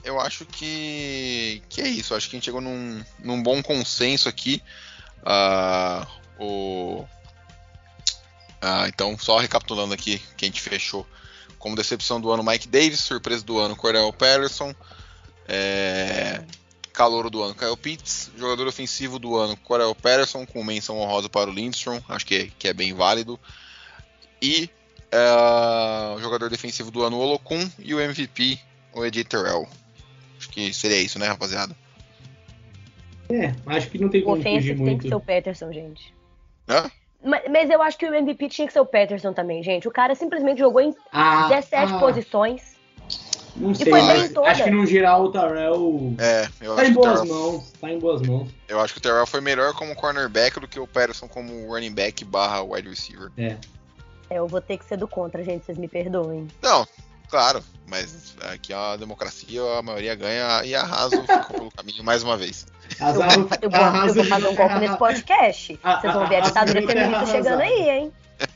eu acho que, que é isso. Eu acho que a gente chegou num, num bom consenso aqui. Uh, o, uh, então, só recapitulando aqui que a gente fechou. Como decepção do ano, Mike Davis. Surpresa do ano, Cordell Patterson. É, calouro do ano, Kyle Pitts. Jogador ofensivo do ano, Cordell Patterson, com menção honrosa para o Lindstrom. Acho que é, que é bem válido. E uh, jogador defensivo do ano, o Olokun. E o M V P, o Eddie Terrell. Acho que seria isso, né, rapaziada? É, acho que não tem como Ofensive fugir tem muito. que ser o Patterson, gente. Hã? Mas, mas eu acho que o M V P tinha que ser o Patterson também, gente. O cara simplesmente jogou em Ah, dezessete ah, posições. Não E sei, foi bem mas em todas. acho que no geral o Terrell É, eu tá acho em que o boas Terrell, mãos, tá em boas mãos. eu acho que o Terrell foi melhor como cornerback do que o Patterson como running back barra wide receiver. É. É, eu vou ter que ser do contra, gente, vocês me perdoem. Não, claro, mas aqui é uma democracia, a maioria ganha e a Arraso ficou pelo caminho mais uma vez. Eu vou, eu vou, eu vou fazer um golpe nesse podcast. A- Vocês vão a- ver a a- ditadura a- feminista a- chegando aí, hein?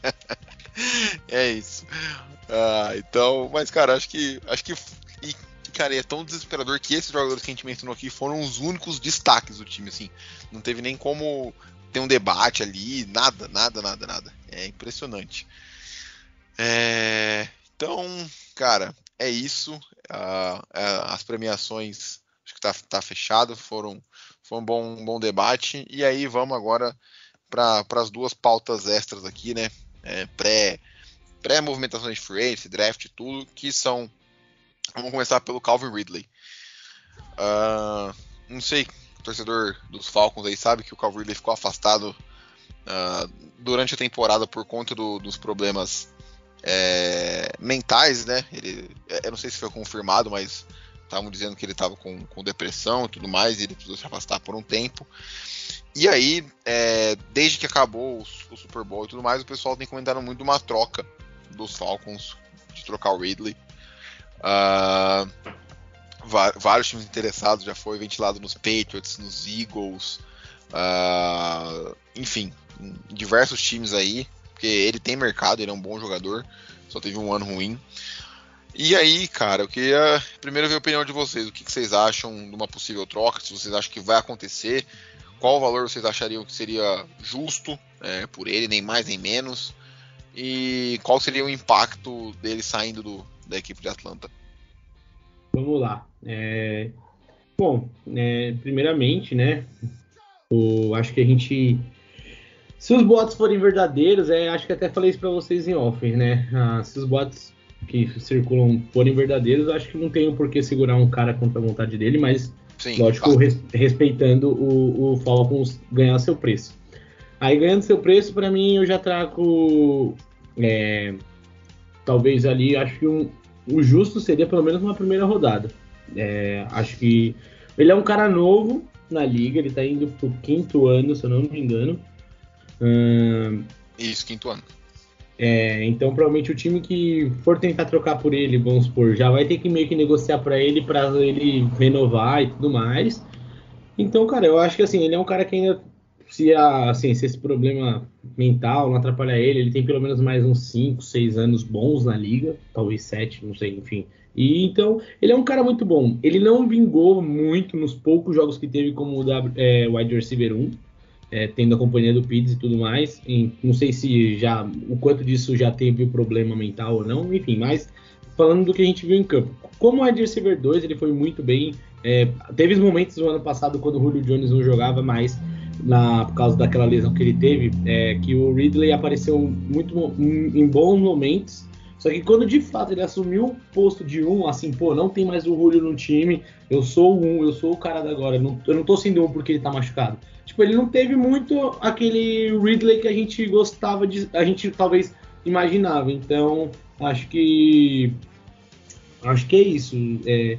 É isso. Ah, então, mas cara, acho que acho que e, cara, é tão desesperador que esses jogadores que a gente mencionou aqui foram os únicos destaques do time, assim. Não teve nem como ter um debate ali, nada, nada, nada, nada. É impressionante. É, então, cara, é isso. Ah, ah, as premiações, acho que tá, tá fechado, foram, foi um bom, um bom debate. E aí vamos agora para as duas pautas extras aqui, né? É, pré, pré-movimentação de free agency, draft e tudo, que são... Vamos começar pelo Calvin Ridley. Uh, não sei, o torcedor dos Falcons aí sabe que o Calvin Ridley ficou afastado uh, durante a temporada por conta do, dos problemas é, mentais, né? Ele, eu não sei se foi confirmado, mas estavam dizendo que ele estava com, com depressão e tudo mais, e ele precisou se afastar por um tempo. E aí, é, desde que acabou o, o Super Bowl e tudo mais, o pessoal tem comentado muito de uma troca dos Falcons, de trocar o Ridley. Uh, vários times interessados, já foi ventilado nos Patriots, nos Eagles, uh, enfim, em diversos times aí, porque ele tem mercado, ele é um bom jogador, só teve um ano ruim. E aí, cara, eu queria primeiro ver a opinião de vocês, o que vocês acham de uma possível troca, se vocês acham que vai acontecer, qual valor vocês achariam que seria justo é, por ele, nem mais nem menos, e qual seria o impacto dele saindo do da equipe de Atlanta. Vamos lá. É... Bom, é, primeiramente, né, o, acho que a gente... Se os boatos forem verdadeiros, é, acho que até falei isso pra vocês em off, né, ah, se os boatos que circulam forem verdadeiros, acho que não tem por que segurar um cara contra a vontade dele, mas, sim, lógico, tá. res, respeitando o, o Falcons ganhar seu preço. Aí, ganhando seu preço, pra mim, eu já trago... É, talvez ali, acho que um, o justo seria pelo menos uma primeira rodada. É, acho que ele é um cara novo na liga, ele tá indo pro quinto ano, se eu não me engano. Hum, Isso, quinto ano. É, então provavelmente o time que for tentar trocar por ele, vamos supor, já vai ter que meio que negociar para ele, para ele renovar e tudo mais. Então, cara, eu acho que assim, ele é um cara que ainda... Se, a, assim, se esse problema mental não atrapalhar ele, ele tem pelo menos mais uns cinco, seis anos bons na liga, talvez sete, não sei, enfim. E então, ele é um cara muito bom. Ele não vingou muito nos poucos jogos que teve como é, wide receiver um, é, tendo a companhia do Pitts e tudo mais. E não sei se já o quanto disso já teve problema mental ou não, enfim, mas falando do que a gente viu em campo. Como wide receiver dois, ele foi muito bem. É, teve os momentos no ano passado quando o Julio Jones não jogava mais, Na, por causa daquela lesão que ele teve, é, que o Ridley apareceu muito em, em bons momentos, só que quando de fato ele assumiu o posto de um, assim, pô, não tem mais o Julio no time, eu sou o um, eu sou o cara da agora, não, eu não tô sendo um porque ele tá machucado. Tipo, ele não teve muito aquele Ridley que a gente gostava de, a gente talvez imaginava, então acho que acho que é isso, é,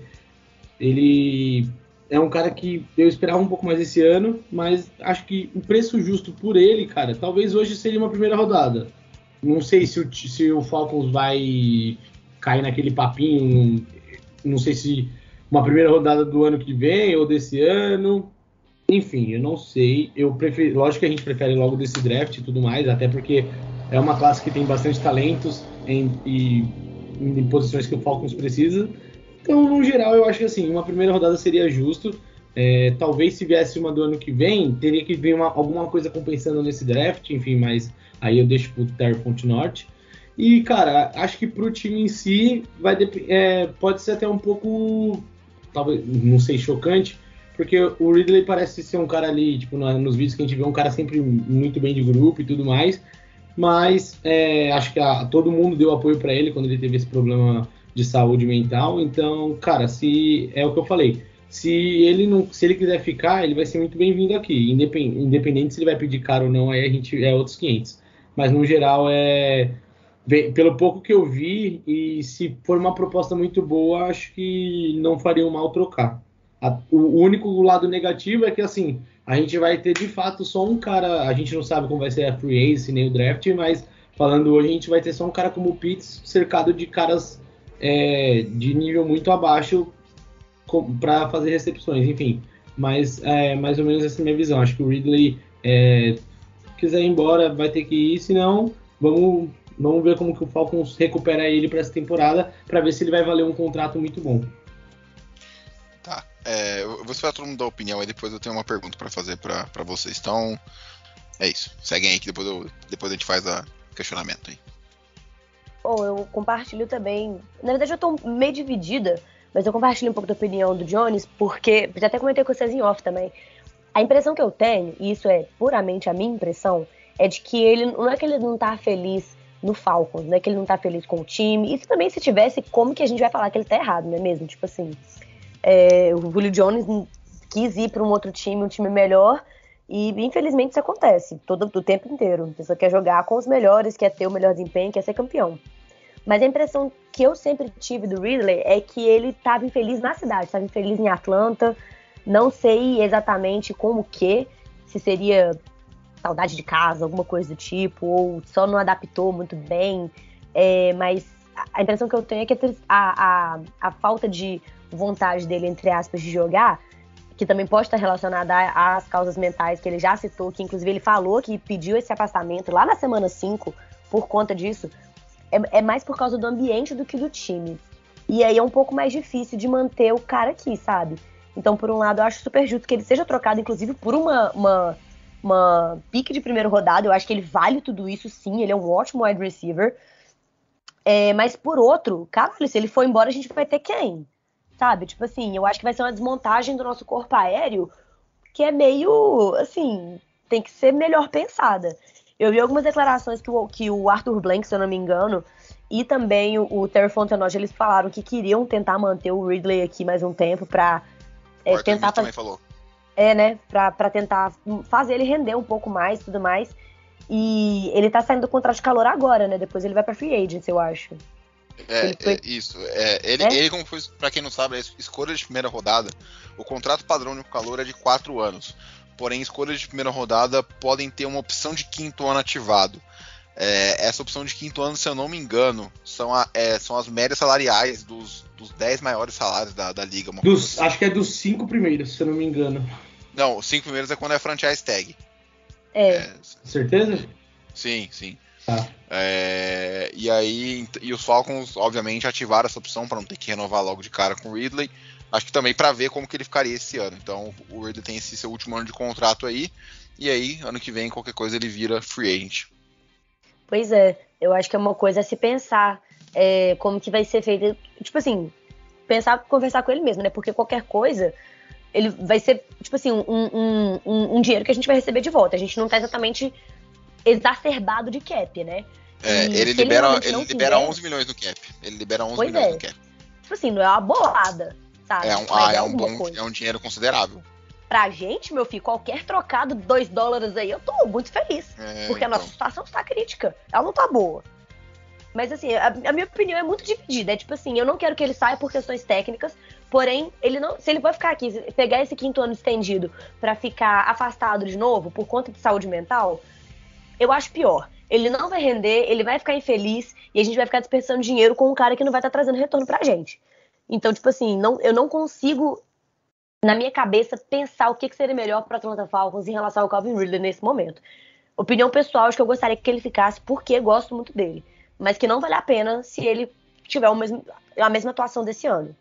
ele... É um cara que eu esperava um pouco mais esse ano, mas acho que o preço justo por ele, cara, talvez hoje seria uma primeira rodada. Não sei se o, se o Falcons vai cair naquele papinho, não, não sei se uma primeira rodada do ano que vem ou desse ano. Enfim, eu não sei. Eu prefiro, lógico que a gente prefere logo desse draft e tudo mais, até porque é uma classe que tem bastante talentos em, em, em posições que o Falcons precisa. Então, no geral, eu acho que assim, uma primeira rodada seria justo. É, talvez se viesse uma do ano que vem, teria que vir uma, alguma coisa compensando nesse draft, enfim, mas aí eu deixo pro Terry Fontenot. E, cara, acho que pro time em si vai é, pode ser até um pouco, talvez, não sei, chocante, porque o Ridley parece ser um cara ali, tipo, na, nos vídeos que a gente vê, um cara sempre muito bem de grupo e tudo mais, mas é, acho que a, todo mundo deu apoio para ele quando ele teve esse problema de saúde mental. Então, cara, se é o que eu falei, se ele não, se ele quiser ficar, ele vai ser muito bem-vindo aqui, independente, independente se ele vai pedir caro ou não, aí a gente é outros quinhentos. Mas no geral é pelo pouco que eu vi, e se for uma proposta muito boa, acho que não faria um mal trocar. A, o único lado negativo é que assim, a gente vai ter de fato só um cara, a gente não sabe como vai ser a free agency nem o draft, mas falando hoje a gente vai ter só um cara como o Pitts cercado de caras é, de nível muito abaixo para fazer recepções, enfim. Mas é mais ou menos essa é a minha visão. Acho que o Ridley é, quiser ir embora, vai ter que ir, senão vamos, vamos ver como que o Falcons recupera ele para essa temporada, para ver se ele vai valer um contrato muito bom. Tá, é, eu vou esperar todo mundo dar opinião, aí depois eu tenho uma pergunta para fazer para vocês. Então, é isso. Seguem aí que depois, eu, depois a gente faz o questionamento aí. Bom, eu compartilho também. Na verdade, eu tô meio dividida, mas eu compartilho um pouco da opinião do Jones, porque já até comentei com vocês em off também. A impressão que eu tenho, e isso é puramente a minha impressão, é de que ele não é que ele não tá feliz no Falcons, não é que ele não tá feliz com o time. E também, se tivesse, como que a gente vai falar que ele tá errado, não é mesmo? Tipo assim, é, o Julio Jones quis ir para um outro time, um time melhor, e infelizmente isso acontece todo o tempo inteiro. A pessoa quer jogar com os melhores, quer ter o melhor desempenho, quer ser campeão. Mas a impressão que eu sempre tive do Ridley é que ele estava infeliz na cidade, estava infeliz em Atlanta. Não sei exatamente como que, se seria saudade de casa, alguma coisa do tipo, ou só não adaptou muito bem. É, mas a impressão que eu tenho é que a, a, a falta de vontade dele, entre aspas, de jogar, que também pode estar relacionada às causas mentais que ele já citou, que inclusive ele falou que pediu esse afastamento lá na semana cinco por conta disso, é, é mais por causa do ambiente do que do time. E aí é um pouco mais difícil de manter o cara aqui, sabe? Então, por um lado, eu acho super justo que ele seja trocado, inclusive, por uma, uma, uma pique de primeira rodada. Eu acho que ele vale tudo isso, sim. Ele é um ótimo wide receiver. É, mas, por outro, caralho, se ele for embora, a gente vai ter quem? Sabe? Tipo assim, eu acho que vai ser uma desmontagem do nosso corpo aéreo que é meio, assim, tem que ser melhor pensada. Eu vi algumas declarações que o, que o Arthur Blank, se eu não me engano, e também o, o Terry Fontenot, eles falaram que queriam tentar manter o Ridley aqui mais um tempo pra é, o tentar... também falou. É, né? Pra, pra tentar fazer ele render um pouco mais e tudo mais. E ele tá saindo do contrato de calor agora, né? Depois ele vai pra free agents, eu acho. É, foi... é isso. É, ele, é? ele, como foi, pra quem não sabe, é escolha de primeira rodada. O contrato padrão de calor é de quatro anos. Porém, escolhas de primeira rodada podem ter uma opção de quinto ano ativado. É, essa opção de quinto ano, se eu não me engano, são, a, é, são as médias salariais dos, dos dez maiores salários da, da liga. Uma dos, assim. Acho que é dos cinco primeiros, se eu não me engano. Não, os cinco primeiros é quando é franchise tag. É. é Certeza? Sim, sim. Tá. É, e aí, e os Falcons, obviamente, ativaram essa opção para não ter que renovar logo de cara com o Ridley. Acho que também para ver como que ele ficaria esse ano. Então, o Ridley tem esse seu último ano de contrato aí. E aí, ano que vem, qualquer coisa, ele vira free agent. Pois é, eu acho que é uma coisa a se pensar é, como que vai ser feito. Tipo assim, pensar, conversar com ele mesmo, né? Porque qualquer coisa, ele vai ser, tipo assim, um, um, um, um dinheiro que a gente vai receber de volta. A gente não tá exatamente exacerbado de cap, né? É, E ele se libera, realmente ele não libera quiser- onze milhões no cap. Ele libera onze Pois milhões é. no cap. Tipo assim, não é uma bolada, sabe? É um, Mas ah, é um alguma bom, coisa. é um dinheiro considerável. Pra gente, meu filho, qualquer trocado de dois dólares aí, eu tô muito feliz. É, Porque a então. nossa situação está crítica. Ela não tá boa. Mas assim, a, a minha opinião é muito dividida. É tipo assim, eu não quero que ele saia por questões técnicas, porém, ele não, se ele vai ficar aqui, se pegar esse quinto ano estendido pra ficar afastado de novo por conta de saúde mental, eu acho pior. Ele não vai render, ele vai ficar infeliz e a gente vai ficar desperdiçando dinheiro com um cara que não vai estar trazendo retorno pra gente. Então, tipo assim, não, eu não consigo, na minha cabeça, pensar o que, que seria melhor para Atlanta Falcons em relação ao Calvin Ridley nesse momento. Opinião pessoal, acho que eu gostaria que ele ficasse porque gosto muito dele. Mas que não vale a pena se ele tiver o mesmo, a mesma atuação desse ano.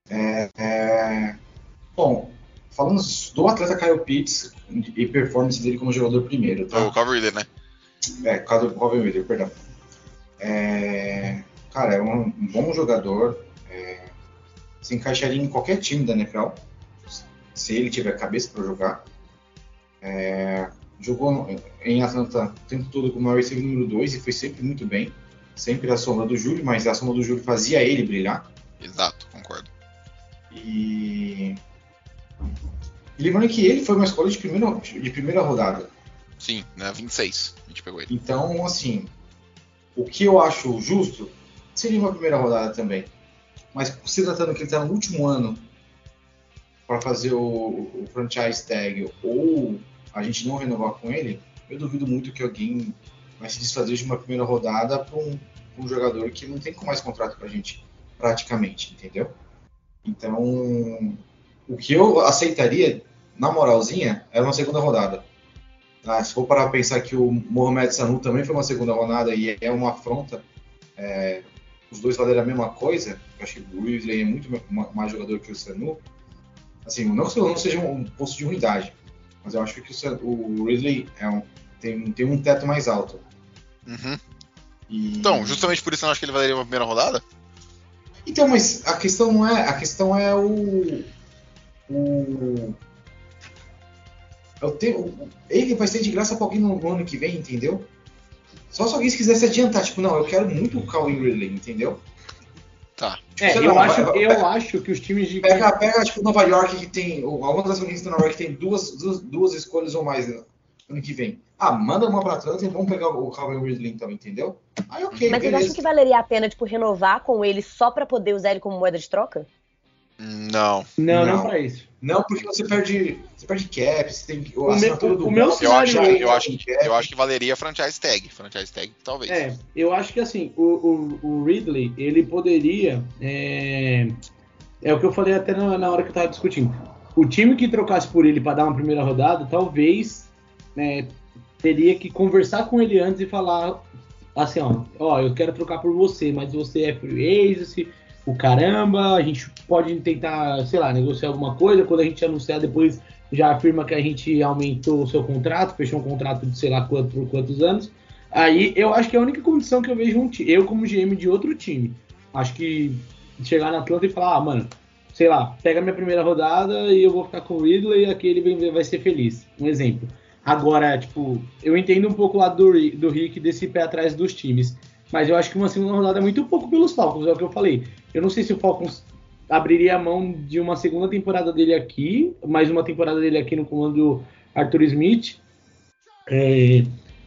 É, é... Bom, falando do atleta Kyle Pitts e performance dele como jogador primeiro, tá? O Calvin Ridley, né? É, Calvin Ridley, perdão. É... Cara, é um bom jogador, é... se encaixaria em qualquer time da N F L, se ele tiver cabeça para jogar. É... Jogou em Atlanta o tempo todo como wide receiver número dois e foi sempre muito bem. Sempre a sombra do Júlio, mas a sombra do Júlio fazia ele brilhar. Exato, concordo. E, e lembrando que ele foi uma escolha de primeira, de primeira rodada. Sim, na vinte e seis a gente pegou ele. Então, assim, o que eu acho justo seria uma primeira rodada também. Mas se tratando que ele está no último ano para fazer o, o franchise tag ou a gente não renovar com ele, eu duvido muito que alguém vai se desfazer de uma primeira rodada para um, um jogador que não tem com mais contrato para a gente, praticamente, entendeu? Então, o que eu aceitaria, na moralzinha, era uma segunda rodada. Ah, se for para pensar que o Mohamed Sanu também foi uma segunda rodada e é uma afronta, é, os dois valerem a mesma coisa, eu acho que o Ridley é muito mais jogador que o Sanu. Assim, não que o Sanu não seja um posto de ruindade, mas eu acho que o, o Ridley é um, tem, tem um teto mais alto. Uhum. E... Então, justamente por isso eu não acho que ele valeria uma primeira rodada? Então, mas a questão não é... A questão é o... O... É o te, o ele vai ser de graça pra alguém no, no ano que vem, entendeu? Só se alguém quisesse adiantar. Tipo, não, eu quero muito o Calvin Ridley, entendeu? Tá. É, Tipo, eu, não, acho, vai, eu pega, acho que os times de... Pega, pega tipo, Nova York, que tem... Alguma das franquias de Nova York que tem duas, duas, duas escolhas ou mais no ano que vem. Ah, manda uma pra Atlanta e vamos pegar o Calvin Ridley então, entendeu? Aí ok, Mas beleza. vocês acham que valeria a pena, tipo, renovar com ele só pra poder usar ele como moeda de troca? Não. Não, não, Não. pra isso. Não, porque você perde, você perde cap, você tem a O assinatura meu- do o meu Bob, Eu acho, cenário- eu, acho que, eu acho que valeria franchise tag. Franchise tag, talvez. É, eu acho que assim, o, o, o Ridley, ele poderia. É, é o que eu falei até na, na hora que eu tava discutindo. O time que trocasse por ele para dar uma primeira rodada, talvez né, teria que conversar com ele antes e falar assim, ó, ó, eu quero trocar por você, mas você é free agent, o caramba, a gente pode tentar, sei lá, negociar alguma coisa, quando a gente anunciar depois já afirma que a gente aumentou o seu contrato, fechou um contrato de sei lá quanto, por quantos anos. Aí eu acho que é a única condição que eu vejo um time, eu como G M de outro time. Acho que chegar na Atlanta e falar, ah, mano, sei lá, pega a minha primeira rodada e eu vou ficar com o Ridley e aquele vai, vai ser feliz. Um exemplo. Agora, tipo, eu entendo um pouco o lado do, do Rick desse pé atrás dos times, mas eu acho que uma segunda rodada é muito pouco pelos Falcons, é o que eu falei. Eu não sei se o Falcons abriria a mão de uma segunda temporada dele aqui, mais uma temporada dele aqui no comando do Arthur Smith, é,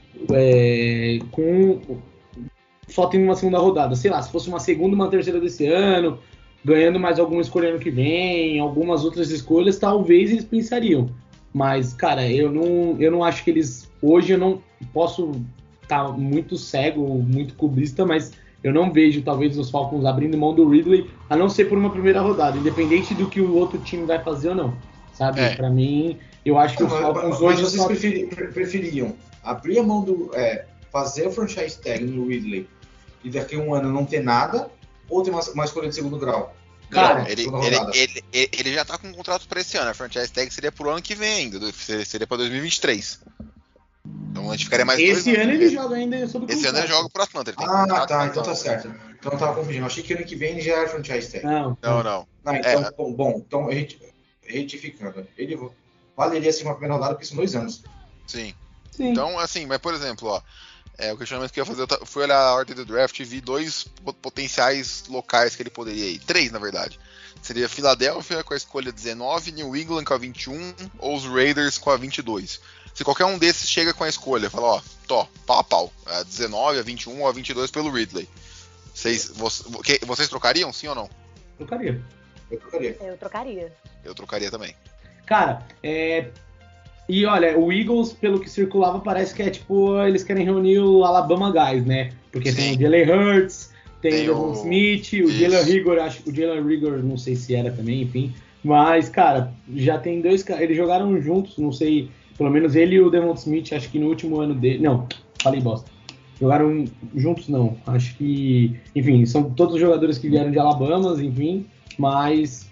é, com só tendo uma segunda rodada. Sei lá, se fosse uma segunda, uma terceira desse ano, ganhando mais alguma escolha ano que vem, algumas outras escolhas, talvez eles pensariam. Mas, cara, eu não, eu não acho que eles... Hoje eu não posso estar tá muito cego, muito clubista, mas eu não vejo, talvez, os Falcons abrindo mão do Ridley, a não ser por uma primeira rodada, independente do que o outro time vai fazer ou não, sabe? É. Pra mim, eu acho que Não, os mas, Falcons mas hoje... vocês só... preferi, preferiam abrir a mão do... É, fazer o franchise tag no Ridley e daqui a um ano não ter nada, ou ter uma, uma escolha de segundo grau? Cara, Não, ele, ele, ele, ele, ele já tá com um contrato pra esse ano. A franchise tag seria pro ano que vem ainda. Seria pra dois mil e vinte e três. Então a gente ficaria mais Esse dois ano anos. ele joga ainda sob Esse ano ele joga pro Atlanta. Ele tem Ah, contrato tá, pra então tá Atlanta. certo. Então eu tava confundindo. Achei que ano que vem ele já era franchise tag. Não, Não, não. Ah, então, É. bom, bom, então reti- retificando. Ele valeria assim uma primeira rodada porque são dois anos. Sim. sim. Então, assim, mas por exemplo, ó. É, o questionamento que eu ia fazer, eu ta- fui olhar a ordem do draft e vi dois po- potenciais locais que ele poderia ir. Três, na verdade. Seria Filadélfia com a escolha dezenove, New England com a vinte e um ou os Raiders com a vinte e dois. Se qualquer um desses chega com a escolha, fala, ó, tô, pau a pau. A dezenove, a vinte e um ou a vinte e dois pelo Ridley. Vocês, vo- que- vocês trocariam, sim ou não? Trocaria. Eu trocaria. Eu trocaria. Eu trocaria também. Cara, é... E olha, o Eagles, pelo que circulava, parece que é tipo, eles querem reunir o Alabama Guys, né? Porque Sim. tem o Jalen Hurts, tem, Tem o Devon o- Smith, o Isso. Jalen Rigor, acho que o Jalen Rigor, não sei se era também, enfim. Mas, cara, já tem dois caras, eles jogaram juntos, não sei, pelo menos ele e o Devon Smith, acho que no último ano dele. Não, falei bosta. Jogaram juntos, não. Acho que, enfim, são todos os jogadores que vieram de Alabama, enfim, mas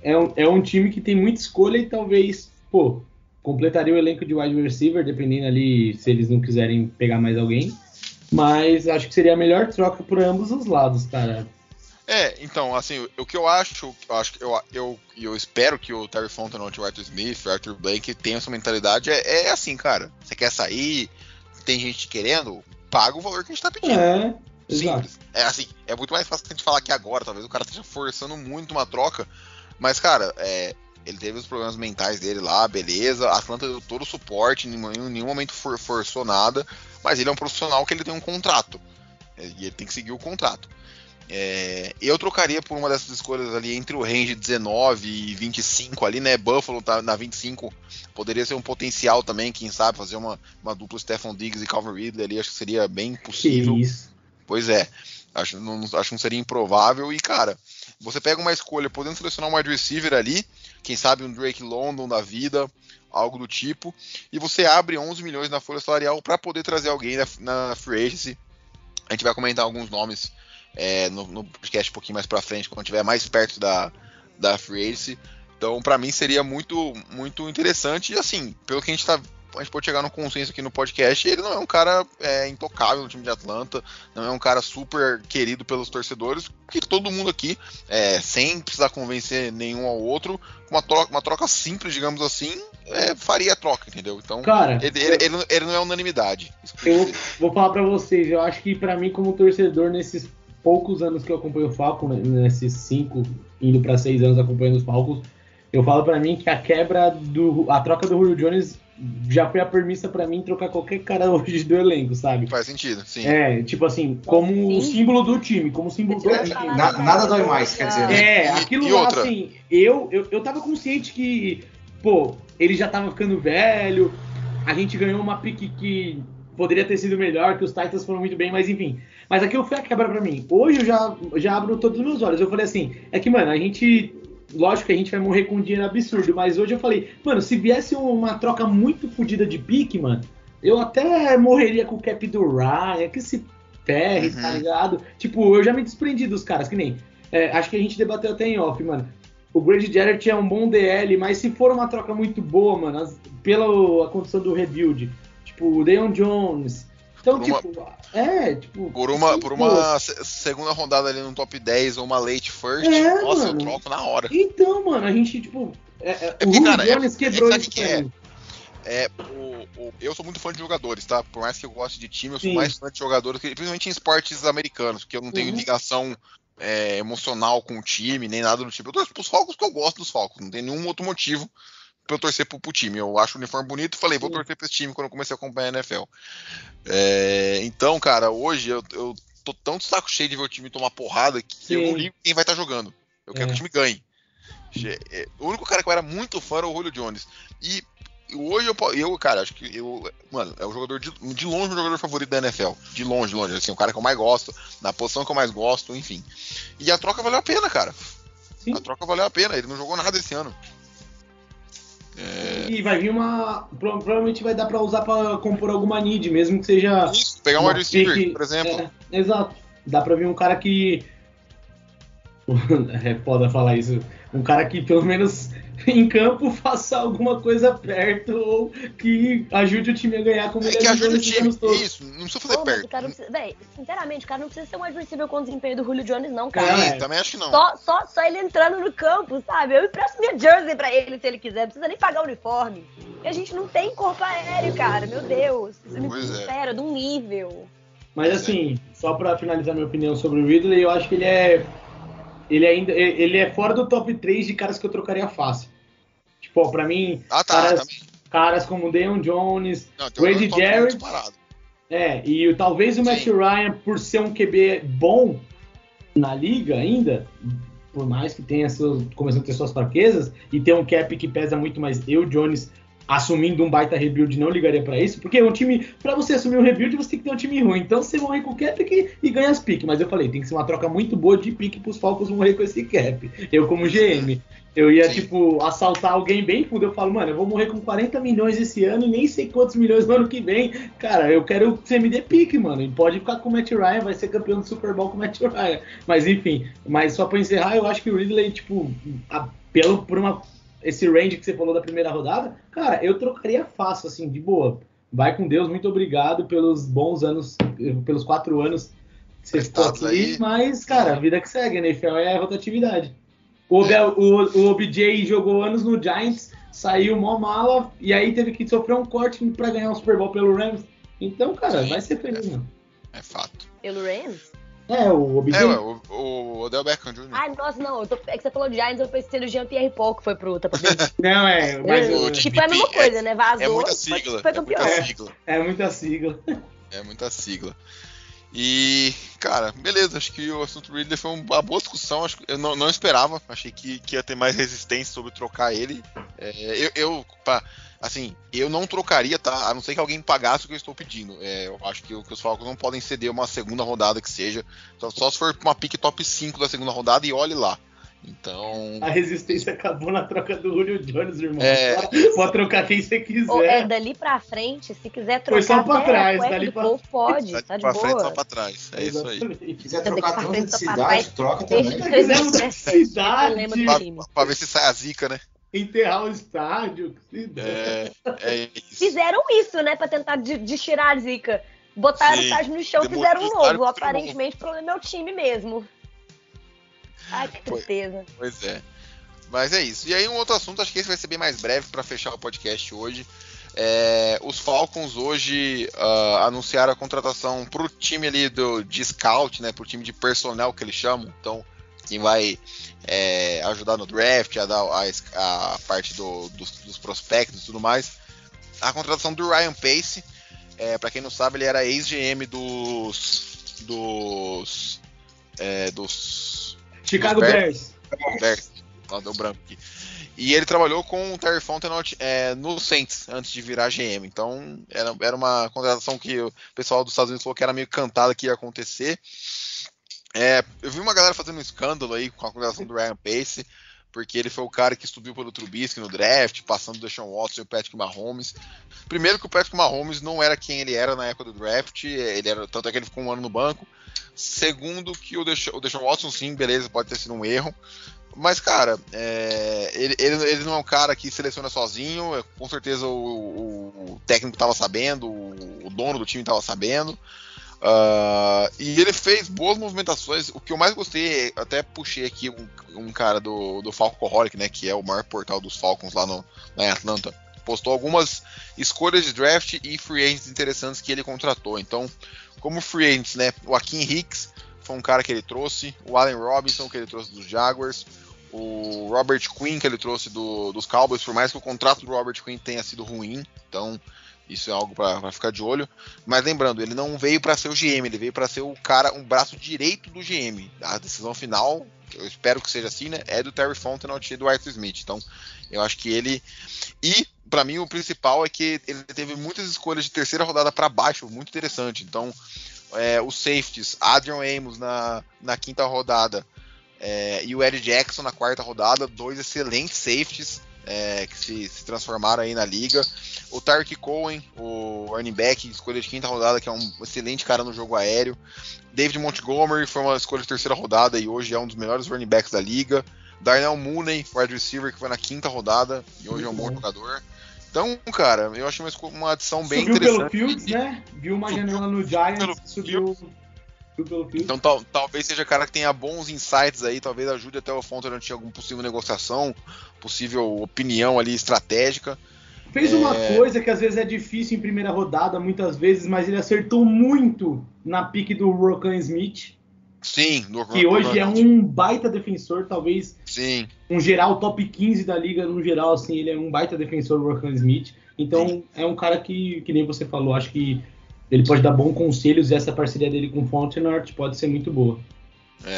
é um, é um time que tem muita escolha e talvez, pô, completaria o elenco de wide receiver, dependendo ali se eles não quiserem pegar mais alguém. Mas acho que seria a melhor troca por ambos os lados, cara. É, então, assim, o que eu acho, eu acho eu, eu, eu espero que o Terry Fontenot, o Arthur Smith, o Arthur Blank tenham essa mentalidade, é, é assim, cara, você quer sair, tem gente querendo, paga o valor que a gente tá pedindo. É, simples. É assim, é muito mais fácil a gente falar aqui agora, talvez o cara esteja forçando muito uma troca, mas, cara, é, ele teve os problemas mentais dele lá, beleza, a Atlanta deu todo o suporte, em nenhum momento for, forçou nada, mas ele é um profissional que ele tem um contrato, e ele tem que seguir o contrato. É, eu trocaria por uma dessas escolhas ali entre o range dezenove e vinte e cinco ali, né? Buffalo tá na vinte e cinco, poderia ser um potencial também, quem sabe, fazer uma, uma dupla Stephon Diggs e Calvin Ridley ali, acho que seria bem possível. Que isso. Pois é, acho, não, acho que não seria improvável. E cara, você pega uma escolha podendo selecionar um wide receiver ali, quem sabe um Drake London da vida, algo do tipo, e você abre onze milhões na folha salarial para poder trazer alguém na, na free agency. A gente vai comentar alguns nomes É, no, no podcast um pouquinho mais pra frente, quando estiver mais perto da, da free agency. Então, pra mim, seria muito, muito interessante. E assim, pelo que a gente tá, a gente pode chegar num consenso aqui no podcast, ele não é um cara é, intocável no time de Atlanta, não é um cara super querido pelos torcedores, que todo mundo aqui, é, sem precisar convencer nenhum ao outro, uma troca, uma troca simples, digamos assim, é, faria a troca, entendeu? Então, cara, ele, ele, ele, ele não é unanimidade. Eu vou falar pra vocês, eu acho que pra mim, como torcedor, nesses poucos anos que eu acompanho o Falcons, nesses cinco, indo para seis anos acompanhando os Falcons, eu falo para mim que a quebra do... a troca do Julio Jones já foi a premissa para mim trocar qualquer cara hoje do elenco, sabe? Faz sentido, sim. É, tipo assim, como Sim. símbolo do time, como símbolo do time. Na- nada dói mais, quer dizer. É, E- aquilo e lá, outra? assim, eu, eu, eu tava consciente que, pô, ele já tava ficando velho, a gente ganhou uma pique que poderia ter sido melhor, que os Titans foram muito bem, mas enfim. Mas aquilo foi a quebra pra mim. Hoje eu já, já abro todos os meus olhos. Eu falei assim, é que, mano, a gente... Lógico que a gente vai morrer com um dinheiro absurdo, mas hoje eu falei, mano, se viesse uma troca muito fodida de pique, mano, eu até morreria com o cap do Ryan, que se ferre, Uhum. tá ligado? Tipo, eu já me desprendi dos caras, que nem... é, acho que a gente debateu até em off, mano. O Grady Jarrett é um bom D L, mas se for uma troca muito boa, mano, as, pela a condição do rebuild, tipo, o Deion Jones... Então, Por uma- tipo, é, tipo... Por uma, sim, por pô. uma se- segunda rodada ali no top dez ou uma late first, É, nossa, mano. eu troco na hora. Então, mano, a gente, tipo... É, é, É o porque, Julio cara, é- Jones é- quebrou sabe isso que pra é? mim. É, o, o- eu sou muito fã de jogadores, tá? Por mais que eu goste de time, eu sou Sim. mais fã de jogadores, que- principalmente em esportes americanos, porque eu não tenho Uhum. ligação é, emocional com o time, nem nada do tipo. Eu torço pros Falcons porque eu gosto dos Falcons, não tem nenhum outro motivo pra eu torcer pro, pro time. Eu acho o uniforme bonito e falei, vou Sim. torcer pra esse time quando eu comecei a acompanhar a N F L. É, então, cara, hoje eu, eu tô tão de saco cheio de ver o time tomar porrada que Sim. eu não ligo quem vai estar jogando. Eu quero É. que o time ganhe. Che- é, O único cara que eu era muito fã era o Julio Jones. E hoje eu, po- eu cara, acho que eu, mano, é o jogador de, de longe o jogador favorito da N F L. De longe, de longe. Assim, o cara que eu mais gosto, na posição que eu mais gosto, enfim. E a troca valeu a pena, cara. Sim. A troca valeu a pena. Ele não jogou nada esse ano. É, E vai vir uma... pro- Provavelmente vai dar pra usar pra compor alguma need, mesmo que seja... isso, pegar um uma wide receiver, pique- por exemplo. É, exato. Dá pra vir um cara que... é foda falar isso. Um cara que pelo menos em campo faça alguma coisa perto ou que ajude o time a ganhar como É ele que ajudou ajuda o nesses time. anos todos. Isso, não precisa fazer Pô, mas perto. o cara não precisa... Véi, sinceramente, o cara não precisa ser um wide receiver com o desempenho do Julio Jones, não, cara. Cara, Sim, é. também acho que não. Só, só, só ele entrando no campo, sabe? Eu empresto minha jersey pra ele se ele quiser. Não precisa nem pagar o uniforme. E a gente não tem corpo aéreo, cara. Meu Deus. Isso me Pois é. supera de um nível. Mas assim, só pra finalizar minha opinião sobre o Ridley, eu acho que ele é... Ele ainda... Ele é fora do top três de caras que eu trocaria fácil. Tipo, ó, pra mim, Ah, tá. caras, também. caras como Deion Jones, Não, tem um Grady top Jarrett... disparado. É, e o- talvez o Matt Sim. Ryan, por ser um Q B bom na liga ainda, por mais que tenha seus, começando a ter suas fraquezas, e ter um cap que pesa muito mais, eu, Jones, assumindo um baita rebuild, não ligaria pra isso, porque um time, pra você assumir um rebuild, você tem que ter um time ruim, então você morre com o cap e, e ganha as piques, mas eu falei, tem que ser uma troca muito boa de pique pros Falcons morrer com esse cap. Eu como G M, eu ia, Sim. tipo, assaltar alguém bem fundo, eu falo, mano, eu vou morrer com quarenta milhões esse ano e nem sei quantos milhões no ano que vem, cara, eu quero que você me dê pique, mano, e pode ficar com o Matt Ryan, vai ser campeão do Super Bowl com o Matt Ryan, mas enfim, mas só pra encerrar, eu acho que o Ridley, tipo, a, pelo, por uma... esse range que você falou da primeira rodada, cara, eu trocaria fácil, assim, de boa. Vai com Deus, muito obrigado pelos bons anos, pelos quatro anos que você ficou aqui, aí. Mas, cara, a vida que segue, né? N F L é rotatividade. O, é. o, o O B J jogou anos no Giants, saiu mó mala, e aí teve que sofrer um corte pra ganhar um Super Bowl pelo Rams. Então, cara, Sim, vai ser feliz, é, mano. É fato. Pelo Rams? É, o O B J. É, ué, o, o Odell Beckham Júnior Ai, nossa, não. Eu tô, é que você falou de Giants, eu pensei no Jean-Pierre Paul, que foi pro Tampa Bay. Não, é, mas o... Tipo, é a mesma coisa, é, né? Vazou, é muita sigla, foi campeão. É muita sigla. É, é muita sigla. É muita sigla. E, cara, beleza, acho que o assunto Ridley foi uma boa discussão, acho que eu não, não esperava, achei que, que ia ter mais resistência sobre trocar ele. É, eu, eu pá, assim, eu não trocaria, tá? A não ser que alguém pagasse o que eu estou pedindo. É, eu acho que, que os Falcons não podem ceder uma segunda rodada que seja, só, só se for uma pick top cinco da segunda rodada e olhe lá. Então... A resistência acabou na troca do Julio Jones, irmão. É... Pode trocar quem você quiser. Ou é dali pra frente, se quiser trocar. Foi só pra até trás, a dali do pra... povo, pode, dali tá de pra boa. frente, só pra trás. É Exatamente. Isso aí. Se quiser trocar tão de cidade, troca Desde também. que Se quiser cidade, pra, pra ver se sai a zica, né? Enterrar o estádio. É, é isso. Fizeram isso, né? Pra tentar de, de tirar a zica. Botaram Sim. o estádio no chão e fizeram um novo. Aparentemente, o problema é o time mesmo. Ai, que tristeza. Pois é. Mas é isso. E aí um outro assunto, acho que esse vai ser bem mais breve para fechar o podcast hoje. É, os Falcons hoje uh, anunciaram a contratação pro time ali do, de scout, né? Pro time de personnel que eles chamam. Então, quem vai é, ajudar no draft, a dar a, a parte do, dos, dos prospectos e tudo mais. A contratação do Ryan Pace. É, para quem não sabe, ele era ex-G M dos... dos... É, dos Chicago Bears. Chicago Bears. Ó, deu branco aqui. E ele trabalhou com o Terry Fontenot é, no Saints antes de virar G M. Então era, era uma contratação que o pessoal dos Estados Unidos falou que era meio cantada que ia acontecer. É, eu vi uma galera fazendo um escândalo aí com a contratação do Ryan Pace, porque ele foi o cara que subiu pelo Trubisky no draft, passando o Deshaun Watson e o Patrick Mahomes. Primeiro que o Patrick Mahomes não era quem ele era na época do draft, ele era, tanto é que ele ficou um ano no banco. Segundo que o Deshaun, o Deshaun Watson, sim, beleza, pode ter sido um erro. Mas, cara, é, ele, ele, ele não é um cara que seleciona sozinho. Com certeza o, o, o técnico estava sabendo, o, o dono do time estava sabendo. Uh, e ele fez boas movimentações. O que eu mais gostei, até puxei aqui um, um cara do, do Falcoholic, né, que é o maior portal dos Falcons lá, no, lá em Atlanta. Postou algumas escolhas de draft e free agents interessantes que ele contratou. Então, como free agents, né, o Akiem Hicks foi um cara que ele trouxe, o Allen Robinson que ele trouxe dos Jaguars, o Robert Quinn que ele trouxe do, dos Cowboys, por mais que o contrato do Robert Quinn tenha sido ruim, então isso é algo para ficar de olho. Mas lembrando, ele não veio para ser o G M, ele veio para ser o cara, um braço direito do G M. A decisão final, eu espero que seja assim, né, é do Terry Fontenot e do Arthur Smith. Então, eu acho que ele... E, para mim, o principal é que ele teve muitas escolhas de terceira rodada para baixo, muito interessante. Então, é, os safeties, Adrian Amos na, na quinta rodada, é, e o Eddie Jackson na quarta rodada, dois excelentes safeties é, que se, se transformaram aí na liga. O Tyreek Cohen, o running back, escolha de quinta rodada, que é um excelente cara no jogo aéreo. David Montgomery foi uma escolha de terceira rodada e hoje é um dos melhores running backs da liga. Darnell Mooney, wide receiver, que foi na quinta rodada e hoje é um bom jogador. Então, cara, eu achei uma, uma adição bem subiu interessante. Subiu pelo Fields, né? Viu uma subiu janela no Giants, subiu, subiu pelo Fields. Então, tal, talvez seja cara que tenha bons insights aí, talvez ajude até o Fontenot em alguma possível negociação, possível opinião ali estratégica. Fez é... uma coisa que às vezes é difícil em primeira rodada, muitas vezes, mas ele acertou muito na pique do Roquan Smith. Sim, no que hoje é um baita defensor, talvez Sim. um geral top quinze da liga, no geral, assim, ele é um baita defensor, o Roquan Smith. Então, Sim. é um cara que, que nem você falou, acho que ele pode dar bons conselhos e essa parceria dele com o Fontenot pode ser muito boa. É.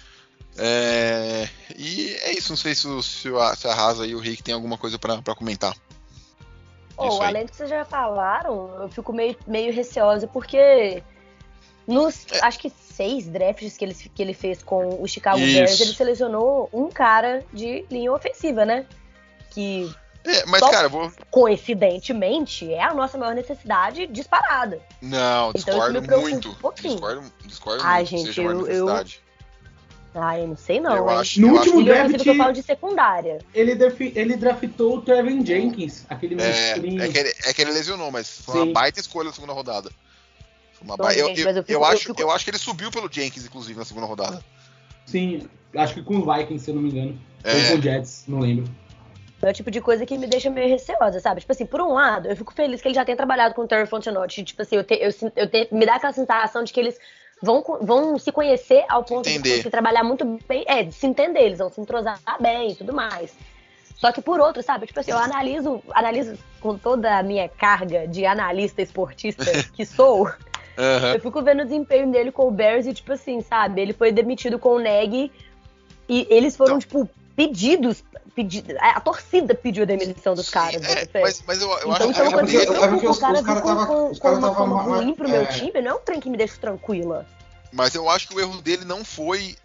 é. E é isso, não sei se, o, se, o, se a Rasa e o Rick tem alguma coisa para comentar. Oh, além do que vocês já falaram, eu fico meio, meio receosa, porque nos, é. acho que seis drafts que ele, que ele fez com o Chicago Isso. Bears, ele selecionou um cara de linha ofensiva, né? Que, é, mas, cara, vou... coincidentemente, é a nossa maior necessidade disparada. Não, discordo então, muito. Um pouquinho. Discordo, discordo Ai, muito. gente, seja eu, eu... Ah, eu não sei não, eu hein? Acho, no eu último acho... draft, que eu falo de secundária. Ele, defi... ele draftou o Trevin Jenkins, aquele é, monstrinho. É que, ele, é que ele lesionou, mas foi Sim. uma baita escolha na segunda rodada. Foi uma Bom, ba... gente, eu, eu, eu, fico, eu, acho, eu, fico... eu acho que ele subiu pelo Jenkins, inclusive, na segunda rodada. Sim, acho que com o Vikings, se eu não me engano. É. Ou com o Jets, não lembro. É o tipo de coisa que me deixa meio receosa, sabe? Tipo assim, por um lado, eu fico feliz que ele já tenha trabalhado com o Terry Fontenot. Tipo assim, eu, te, eu, eu te, me dá aquela sensação de que eles vão, vão se conhecer ao ponto Entender. de conseguir trabalhar muito bem. É, de se entender, eles vão se entrosar bem e tudo mais. Só que por outro, sabe? Tipo assim, eu analiso, analiso com toda a minha carga de analista esportista que sou. Uhum. Eu fico vendo o desempenho dele com o Bears e, tipo assim, sabe? Ele foi demitido com o Neg e eles foram, então, tipo, pedidos. Pedido, a torcida pediu a demissão dos Sim, caras. É, né? mas, mas eu, eu então, acho isso é uma coisa que me preocupa. O cara vir com, com, com uma forma tava, ruim pro meu é... time, não é um trem que me deixa tranquila. Mas eu acho que o erro dele não foi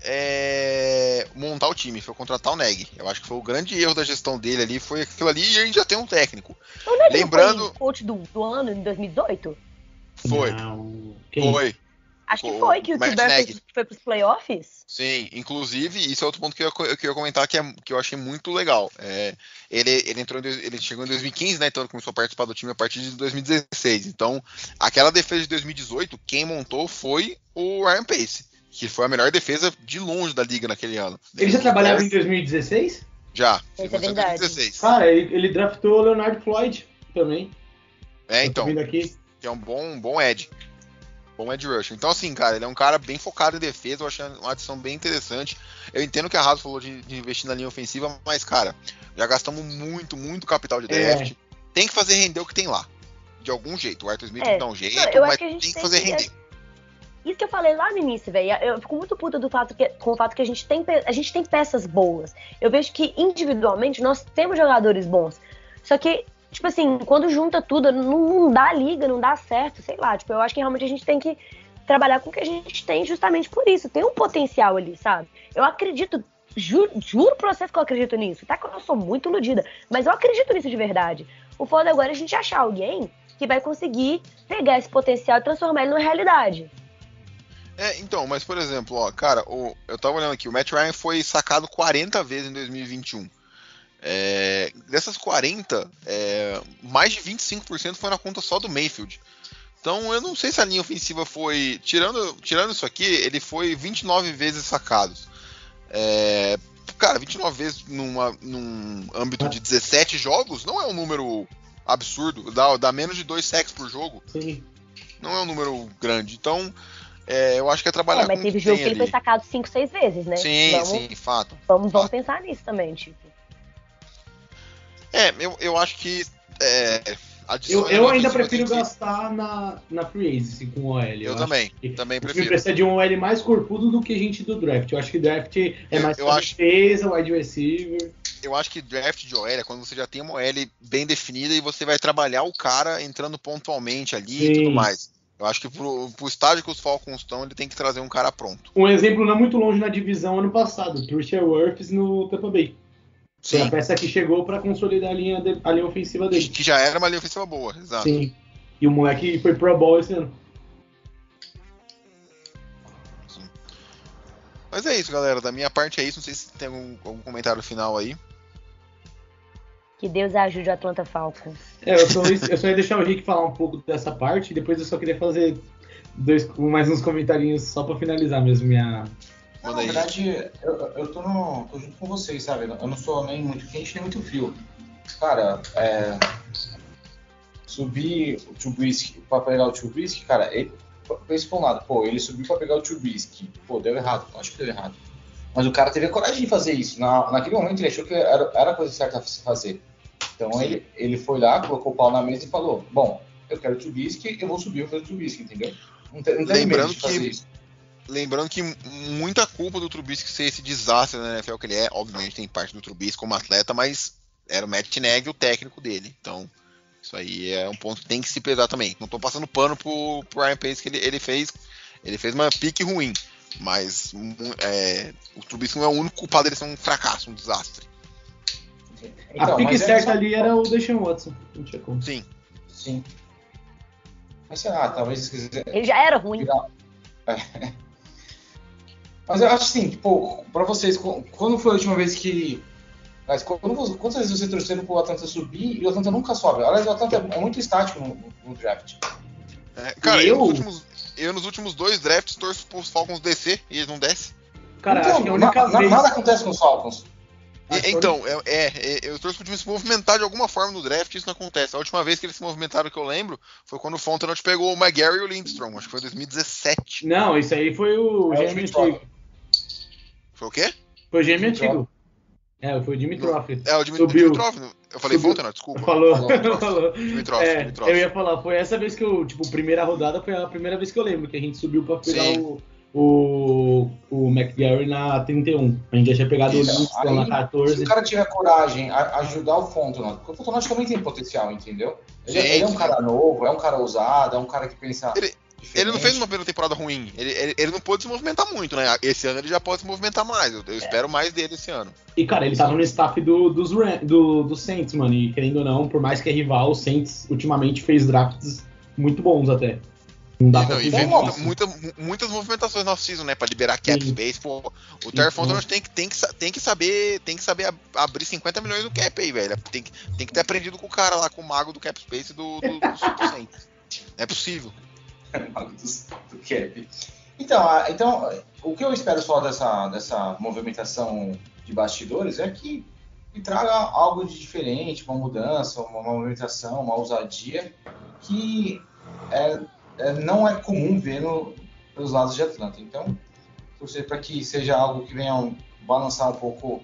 é, montar o time, foi contratar o Neg. Eu acho que foi o grande erro da gestão dele ali, foi aquilo ali, e a gente já tem um técnico. O Neg Lembrando... foi coach do, do ano em dois mil e dezoito? Foi. Não. Foi. Acho que foi, que o Bears foi pros playoffs. Sim, inclusive, isso é outro ponto que eu, eu queria comentar que, é, que eu achei muito legal. É, ele, ele, entrou em, ele chegou em dois mil e quinze, né? Então ele começou a participar do time a partir de dois mil e dezesseis. Então, aquela defesa de dois mil e dezoito, quem montou foi o Ryan Pace, que foi a melhor defesa de longe da liga naquele ano. Ele já trabalhava em dois mil e dezesseis? Já. Isso é verdade. dois mil e dezesseis. Cara, ele, ele draftou o Leonard Floyd também. É, então. Vindo aqui. Que é um bom, um bom edge. Bom edge rusher. Então, assim, cara, ele é um cara bem focado em defesa. Eu achei uma adição bem interessante. Eu entendo que a Raso falou de, de investir na linha ofensiva, mas, cara, já gastamos muito, muito capital de draft. É. Tem que fazer render o que tem lá. De algum jeito. O Arthur Smith é. dá um jeito, eu mas acho que a gente tem que tem fazer que... render. Isso que eu falei lá no início, velho. Eu fico muito puta do fato que, com o fato que a gente, tem, a gente tem peças boas. Eu vejo que individualmente nós temos jogadores bons. Só que, tipo assim, quando junta tudo, não, não dá liga, não dá certo, sei lá. Tipo, eu acho que realmente a gente tem que trabalhar com o que a gente tem justamente por isso. Tem um potencial ali, sabe? Eu acredito, juro, juro pra vocês que eu acredito nisso. Tá que eu sou muito iludida, mas eu acredito nisso de verdade. O foda agora é a gente achar alguém que vai conseguir pegar esse potencial e transformar ele numa realidade. É, então, mas por exemplo, ó, cara, o, eu tava olhando aqui, o Matt Ryan foi sacado quarenta vezes em dois mil e vinte e um. É, dessas quarenta, é, mais de vinte e cinco por cento foi na conta só do Mayfield. Então eu não sei se a linha ofensiva foi... Tirando, tirando isso aqui, ele foi vinte e nove vezes sacados. É, cara, vinte e nove vezes numa, num âmbito de dezessete jogos não é um número absurdo. Dá, dá menos de dois sacks por jogo. Sim. Não é um número grande. Então... É, eu acho que é trabalhar é, mas com teve o que jogo tem que ele ali. foi sacado cinco, seis vezes, né? Sim, vamos, sim, fato. Vamos, fato. vamos pensar nisso também, tipo. É, eu, eu acho que... É, eu eu ainda prefiro que... gastar na, na free agency com o O L. Eu, eu também, que também prefiro. precisa de um O L mais corpudo do que gente do draft. Eu acho que draft é mais eu, eu acho... defesa, wide receiver... Eu acho que draft de O L é quando você já tem uma O L bem definida e você vai trabalhar o cara entrando pontualmente ali sim. E tudo mais. Eu acho que pro, pro estágio que os Falcons estão, ele tem que trazer um cara pronto. Um exemplo não muito longe na divisão ano passado, Trisha Wirfs no Tampa Bay. Sim. Foi a peça que chegou para consolidar a linha, de, a linha ofensiva dele. Que já era uma linha ofensiva boa, exato. Sim. E o moleque foi Pro Bowl esse ano. Sim. Mas é isso, galera. Da minha parte é isso. Não sei se tem algum, algum comentário final aí. Que Deus ajude o Atlanta Falcons. É, eu só, eu só ia deixar o Rick falar um pouco dessa parte, e depois eu só queria fazer dois, mais uns comentários só pra finalizar mesmo minha... Não, na verdade, eu, eu tô, no, tô junto com vocês, sabe? Eu não sou nem muito quente, nem muito frio. Cara, é... subir o Trubisky pra pegar o Trubisky, cara, ele... Pensa por um lado, pô, ele subiu pra pegar o Trubisky. Pô, deu errado, acho que deu errado. Mas o cara teve a coragem de fazer isso. Na, naquele momento ele achou que era, era a coisa certa a se fazer. Então ele, ele foi lá, colocou o pau na mesa e falou, bom, eu quero o Trubisky, eu vou subir o meu Trubisky, entendeu? Não tem, não tem lembrando medo de fazer que, isso. Lembrando que muita culpa do Trubisky ser esse desastre na N F L que ele é, obviamente tem parte do Trubisky como atleta, mas era o Matt Nagy o técnico dele, então Isso aí é um ponto que tem que se pesar também. Não tô passando pano pro, pro Ryan Pace, que ele, ele fez ele fez uma pique ruim, mas é, o Trubisky não é o único culpado dele ser um fracasso, um desastre. Então, a pique certa é... ali era o Deshaun Watson. Não tinha como. Sim. Sim. Mas sei lá, talvez se quiser... Ele já era ruim. É. Mas eu acho assim, pô, pra vocês, quando foi a última vez que... Mas quando, quantas vezes você torcendo pro Atlanta subir e o Atlanta nunca sobe? Aliás, o Atlanta é muito estático no, no draft. É, cara, eu... Eu, nos últimos, eu nos últimos dois drafts torço pros Falcons descer e eles não descem. Cara, então, acho que é a única na, vez... Nada acontece com os Falcons. E, então, é, é, eu torço pro time se movimentar de alguma forma no draft, isso não acontece. A última vez que eles se movimentaram que eu lembro foi quando o Fontenot pegou o McGarry e o Lindstrom, acho que foi em dois mil e dezessete. Não, isso aí foi o é G M antigo. Foi o quê? Foi o G M antigo. É, foi o Dimitrov. É, o Dimitrov. Eu falei Fontenot, desculpa. Falou. Falou. Dimitrov, é, Dimitrov. Eu ia falar, foi essa vez que eu, tipo, primeira rodada foi a primeira vez que eu lembro, que a gente subiu pra pegar o, o, o McGarry na trinta e um. A gente já tinha pegado Isso, o Lindstrom na quatorze. Se o cara tiver coragem a ajudar o Fontenot, porque o Fontenot também tem potencial, entendeu? Ele, Sim, ele é um sim. cara novo, é um cara ousado, é um cara que pensa... Ele, ele não fez uma primeira temporada ruim, ele, ele, ele não pôde se movimentar muito, né? Esse ano ele já pode se movimentar mais, eu, eu espero mais dele esse ano. E, cara, ele tava no staff do, dos, do, do Saints, mano, e querendo ou não, por mais que é rival, o Saints ultimamente fez drafts muito bons até. Não dá e, pra não, e fugir muita, disso. muita, muitas movimentações no off-season, né? Pra liberar cap Sim. space, pô. O Terry Uhum. Fontenot tem que, tem, que, tem que saber, tem que saber ab- abrir cinquenta milhões do cap aí, velho. Tem que, tem que ter aprendido com o cara lá, com o mago do cap space do, do, do, do Saints. É possível. do, do cap. Então, a, então, o que eu espero só dessa, dessa movimentação de bastidores é que, que traga algo de diferente, uma mudança, uma, uma movimentação, uma ousadia que é, é, não é comum ver no, pelos lados de Atlanta. Então, torcer para que seja algo que venha um, balançar um pouco.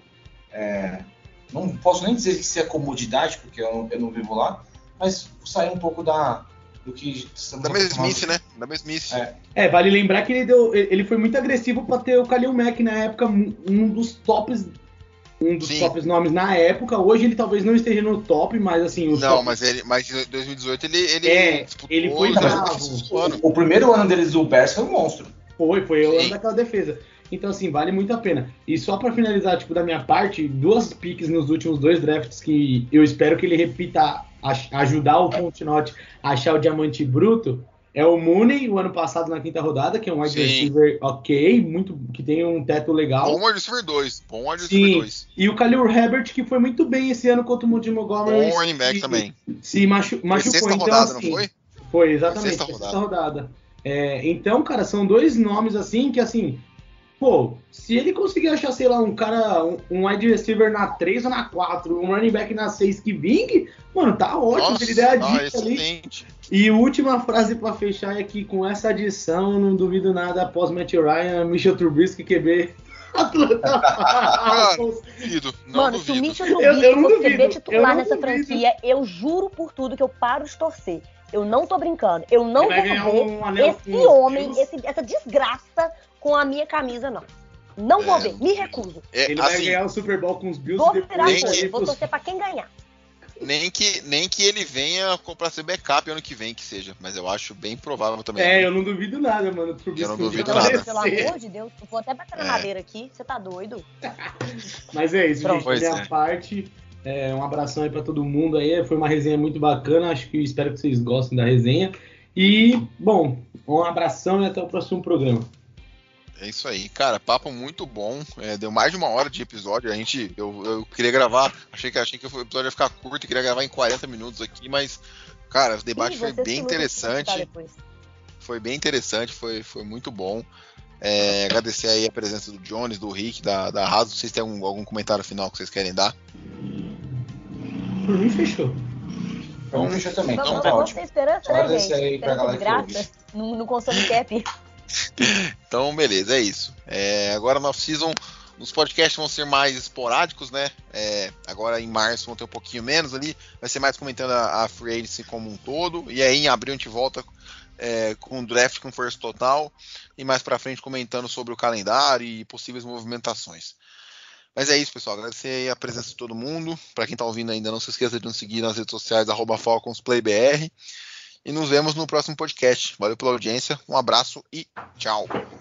É, não posso nem dizer que isso é comodidade, porque eu não, eu não vivo lá, mas sair um pouco da do que estamos Da mesmice, né? Da mesmice. É. É, vale lembrar que ele, deu, ele foi muito agressivo pra ter o Khalil Mack na época, um dos tops, um dos Sim. tops nomes na época. Hoje ele talvez não esteja no top, mas assim... Os Não, top... mas ele, mas em dois mil e dezoito ele, ele É, disputou ele foi os bravo. defensivos do ano. O primeiro ano deles do Bears foi um monstro. Foi, foi o Sim. ano daquela defesa. Então, assim, vale muito a pena. E só pra finalizar, tipo, da minha parte, duas picks nos últimos dois drafts que eu espero que ele repita, ach- ajudar o Fontenot a achar o diamante bruto, é o Mooney, o ano passado na quinta rodada, que é um wide Sim. receiver ok, muito, que tem um teto legal. Bom wide receiver dois. Bom wide receiver Sim, dois. e o Khalil Herbert, que foi muito bem esse ano contra o Moody Montgomery. Bom running back se, também. Se machu- Foi machucou, sexta então rodada, assim, não foi? Foi, exatamente, Foi foi sexta sexta rodada. É, então, cara, são dois nomes assim que, assim, pô, se ele conseguir achar, sei lá, um cara, um, um wide receiver na três ou na quatro, um running back na seis que vingue, mano, tá ótimo. Nossa, Se ele der a não, dica ali. excelente. E última frase pra fechar é que com essa adição, não duvido nada, após Matt Ryan, Mitchell Trubisky, Q B. Atlanta Falcons. Duvido, não Mano, se o duvido. Mitchell Eu- eu Trubisky não for duvido, Q B eu titular não nessa duvido. franquia, eu juro por tudo que eu paro de torcer. Eu não tô brincando. Eu não Ele vai vou ganhar ver um anel esse com os homem, Bills. esse- essa desgraça com a minha camisa, não. Não vou É, ver, me recuso. É, Ele vai assim, ganhar o Super Bowl com os Bills Vou e virar depois nem coisa, ir vou pros- torcer pra quem ganhar. nem, que, nem que ele venha pra ser backup ano que vem que seja, mas eu acho bem provável também. É, eu não duvido nada, mano. O Trubisky Eu não um dia duvido Não, nada. pelo aparecer. amor de Deus, eu vou até bater na É. madeira aqui, você tá doido? Mas é isso, Pronto. gente. Da Pois minha é. parte, é, um abração aí pra todo mundo aí. Foi uma resenha muito bacana. Acho que espero que vocês gostem da resenha. E, bom, um abração e até o próximo programa. É isso aí, cara, papo muito bom. É, deu mais de uma hora de episódio. A gente, eu, eu queria gravar, achei que achei que o episódio ia ficar curto, queria gravar em quarenta minutos aqui, mas, cara, o debate Ih, foi vocês bem que lutam pra escutar interessante. depois. Foi bem interessante, foi, foi muito bom. É, agradecer aí a presença do Jones, do Rick, da, da Raso. Vocês têm algum, algum comentário final que vocês querem dar? Por mim, fechou. Pra mim fechou também, Vamos, então tá vamos ótimo. ter esperança, Só né, agradecer gente? aí pra Esperança de galera que graça, não, não consome cap. Então, beleza, é isso. É, agora no off-season, os podcasts vão ser mais esporádicos, né? É, agora em março vão ter um pouquinho menos ali. Vai ser mais comentando a, a Free Agency como um todo. E aí em abril a gente volta é, com o draft com força total. E mais pra frente comentando sobre o calendário e possíveis movimentações. Mas é isso, pessoal. Agradecer aí a presença de todo mundo. Para quem está ouvindo ainda, não se esqueça de nos seguir nas redes sociais, arroba FalconsPlayBR. E nos vemos no próximo podcast. Valeu pela audiência, um abraço e tchau.